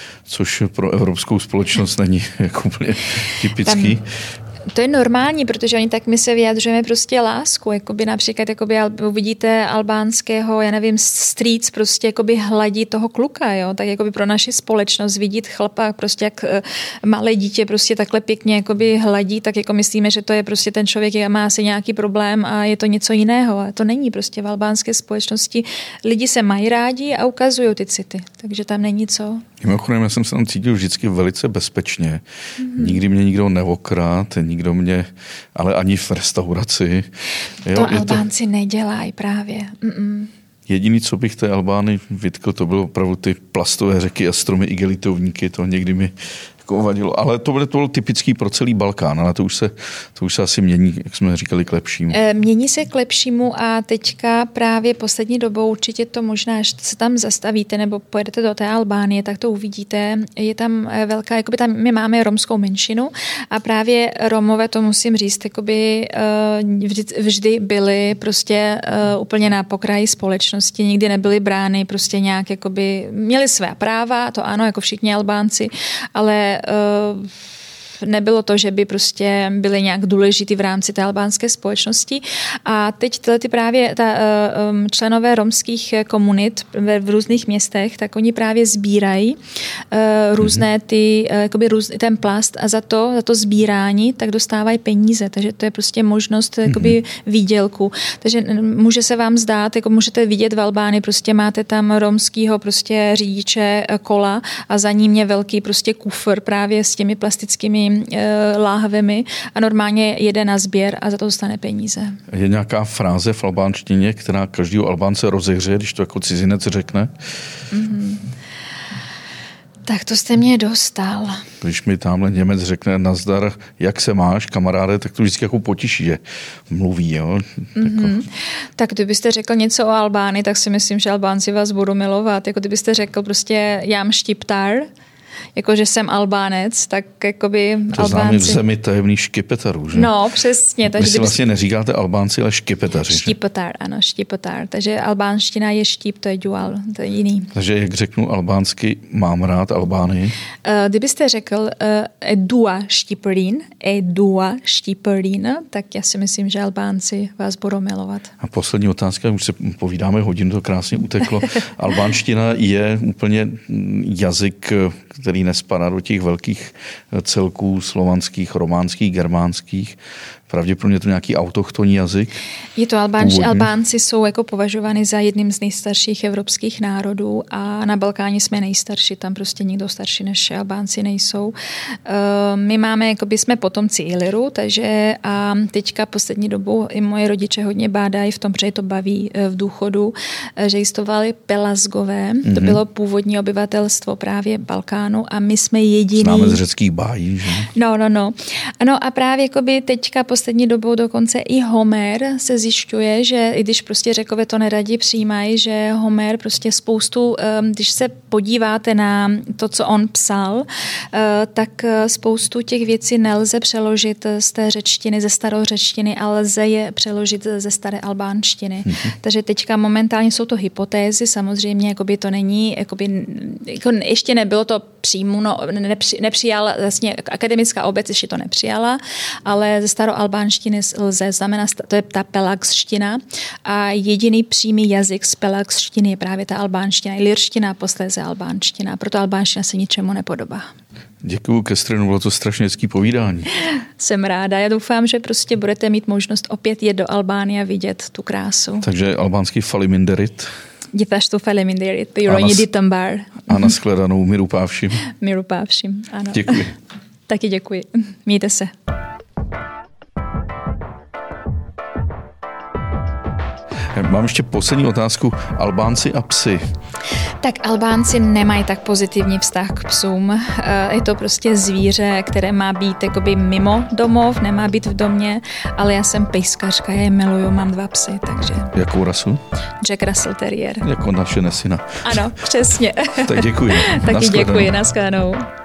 což pro evropskou společnost není jako úplně typický. Tam... To je normální, protože oni tak my se vyjadřujeme prostě lásku, jakoby například jakoby uvidíte albánského, já nevím, strýc prostě jakoby hladí toho kluka, jo, tak jakoby pro naši společnost vidět chlapa prostě jak malé dítě prostě takhle pěkně jakoby hladí, tak jako myslíme, že to je prostě ten člověk, má asi nějaký problém a je to něco jiného, a to není prostě v albánské společnosti. Lidi se mají rádi a ukazují ty city, takže tam není co. Mimochodem, já jsem se tam cítil vždycky velice bezpečně. Mm-hmm. Nikdy mě nikdo neokrát, nikdo mě, ale ani v restauraci. Jo, to Albánci to... nedělají právě. Mm-mm. Jediný, co bych té Albány vytkl, to bylo opravdu ty plastové řeky a stromy igelitovníky, to někdy mi jako vadilo. Ale to bylo, to bylo typický pro celý Balkán, ale to už, se, to už se asi mění, jak jsme říkali, k lepšímu. Mění se k lepšímu a teďka právě poslední dobou určitě to možná, až se tam zastavíte nebo pojedete do té Albánie, tak to uvidíte. Je tam velká, jakoby tam my máme romskou menšinu a právě Romové, to musím říct, jakoby vždy, vždy byli prostě úplně na pokraji společnosti, nikdy nebyli brány prostě nějak, jakoby měli své práva, to ano, jako všichni Albánci, ale Uh, nebylo to, že by prostě byly nějak důležitý v rámci té albánské společnosti. A teď ty právě ta, um, členové romských komunit v, v různých městech, tak oni právě sbírají uh, různé ty, uh, jakoby růz, ten plast a za to, za to sbírání tak dostávají peníze. Takže to je prostě možnost jakoby výdělku. Takže může se vám zdát, jako můžete vidět v Albánii, prostě máte tam romskýho prostě řidiče kola a za ním je velký prostě kufr právě s těmi plastickými láhvemi a normálně jede na sběr a za to dostane peníze. Je nějaká fráze v albánštině, která každýho Albánce rozehře, když to jako cizinec řekne? Mm-hmm. Tak to jste mě dostal. Když mi tamhle Němec řekne nazdar, jak se máš, kamaráde, tak to vždycky jako potěší, že mluví. Jo? Mm-hmm. Jako... Tak kdybyste řekl něco o Albánii, tak si myslím, že Albánci vás budou milovat. Jako kdybyste řekl prostě jám štiptar, jako, že jsem Albánec, tak jakoby to Albánci... známe v zemi tajemných škipetarů, že? No, přesně. Takže Vy si vlastně neříkáte Albánci, ale škipetaři. Štipetar, ano, štipetar. Takže albánština je štip, to je dual, to je jiný. Takže jak řeknu albánsky, mám rád Albánii? Uh, kdybyste řekl uh, edua štiperín, edua štiperín, tak já si myslím, že Albánci vás budou milovat. A poslední otázka, už se povídáme hodinu, to krásně uteklo. Albánština je úplně jazyk, který nespadá do těch velkých celků slovanských, románských, germánských. Pravděpodobně to nějaký autochtonní jazyk. Je to Albánci, Albánci jsou jako považovány za jedním z nejstarších evropských národů a na Balkáně jsme nejstarší, tam prostě nikdo starší než Albánci nejsou. My máme, jakoby jsme potomci Iliru, takže a teďka poslední dobou i moje rodiče hodně bádají v tom, že je to baví v důchodu, že jistovali Pelasgové, mm-hmm. to bylo původní obyvatelstvo právě Balkánu a my jsme jediný... Známe z řeckých bájí, že? No, no, no. No a právě jakoby teďka poslední dobou dokonce i Homer se zjišťuje, že i když prostě Řekové to neradi přijímají, že Homer prostě spoustu, když se podíváte na to, co on psal, tak spoustu těch věcí nelze přeložit z té řečtiny, ze starořečtiny, ale lze je přeložit ze staré albánštiny. Mm-hmm. Takže teďka momentálně jsou to hypotézy, samozřejmě jakoby to není, jakoby, jako ještě nebylo to přímo, no, nepři, nepřijala, vlastně akademická obec ještě to nepřijala, ale ze staroalbánštiny lze, znamená, to je ta pelagština a jediný přímý jazyk z pelagštiny je právě ta albánština, ilirština a posléze albánština. Proto albánština se ničemu nepodobá. Děkuju, Kestrinu, bylo to strašně hezký povídání. Jsem ráda, já doufám, že prostě budete mít možnost opět jet do Albánie a vidět tu krásu. Takže albánský faleminderit. Gjithashtu faleminderit, Pironi Ditambar. A nashledanou, miru pávšim. Miru pávšim, ano. Děkuji. Taky děkuji. Mějte se. Mám ještě poslední otázku. Albánci a psy. Tak Albánci nemají tak pozitivní vztah k psům. Je to prostě zvíře, které má být jakoby mimo domov, nemá být v domě, ale já jsem pejskařka, já je miluju, mám dva psy, takže... Jakou rasu? Jack Russell Terrier. Jako naše Nesina. Ano, přesně. Tak děkuji. Taky děkuji, nashledanou.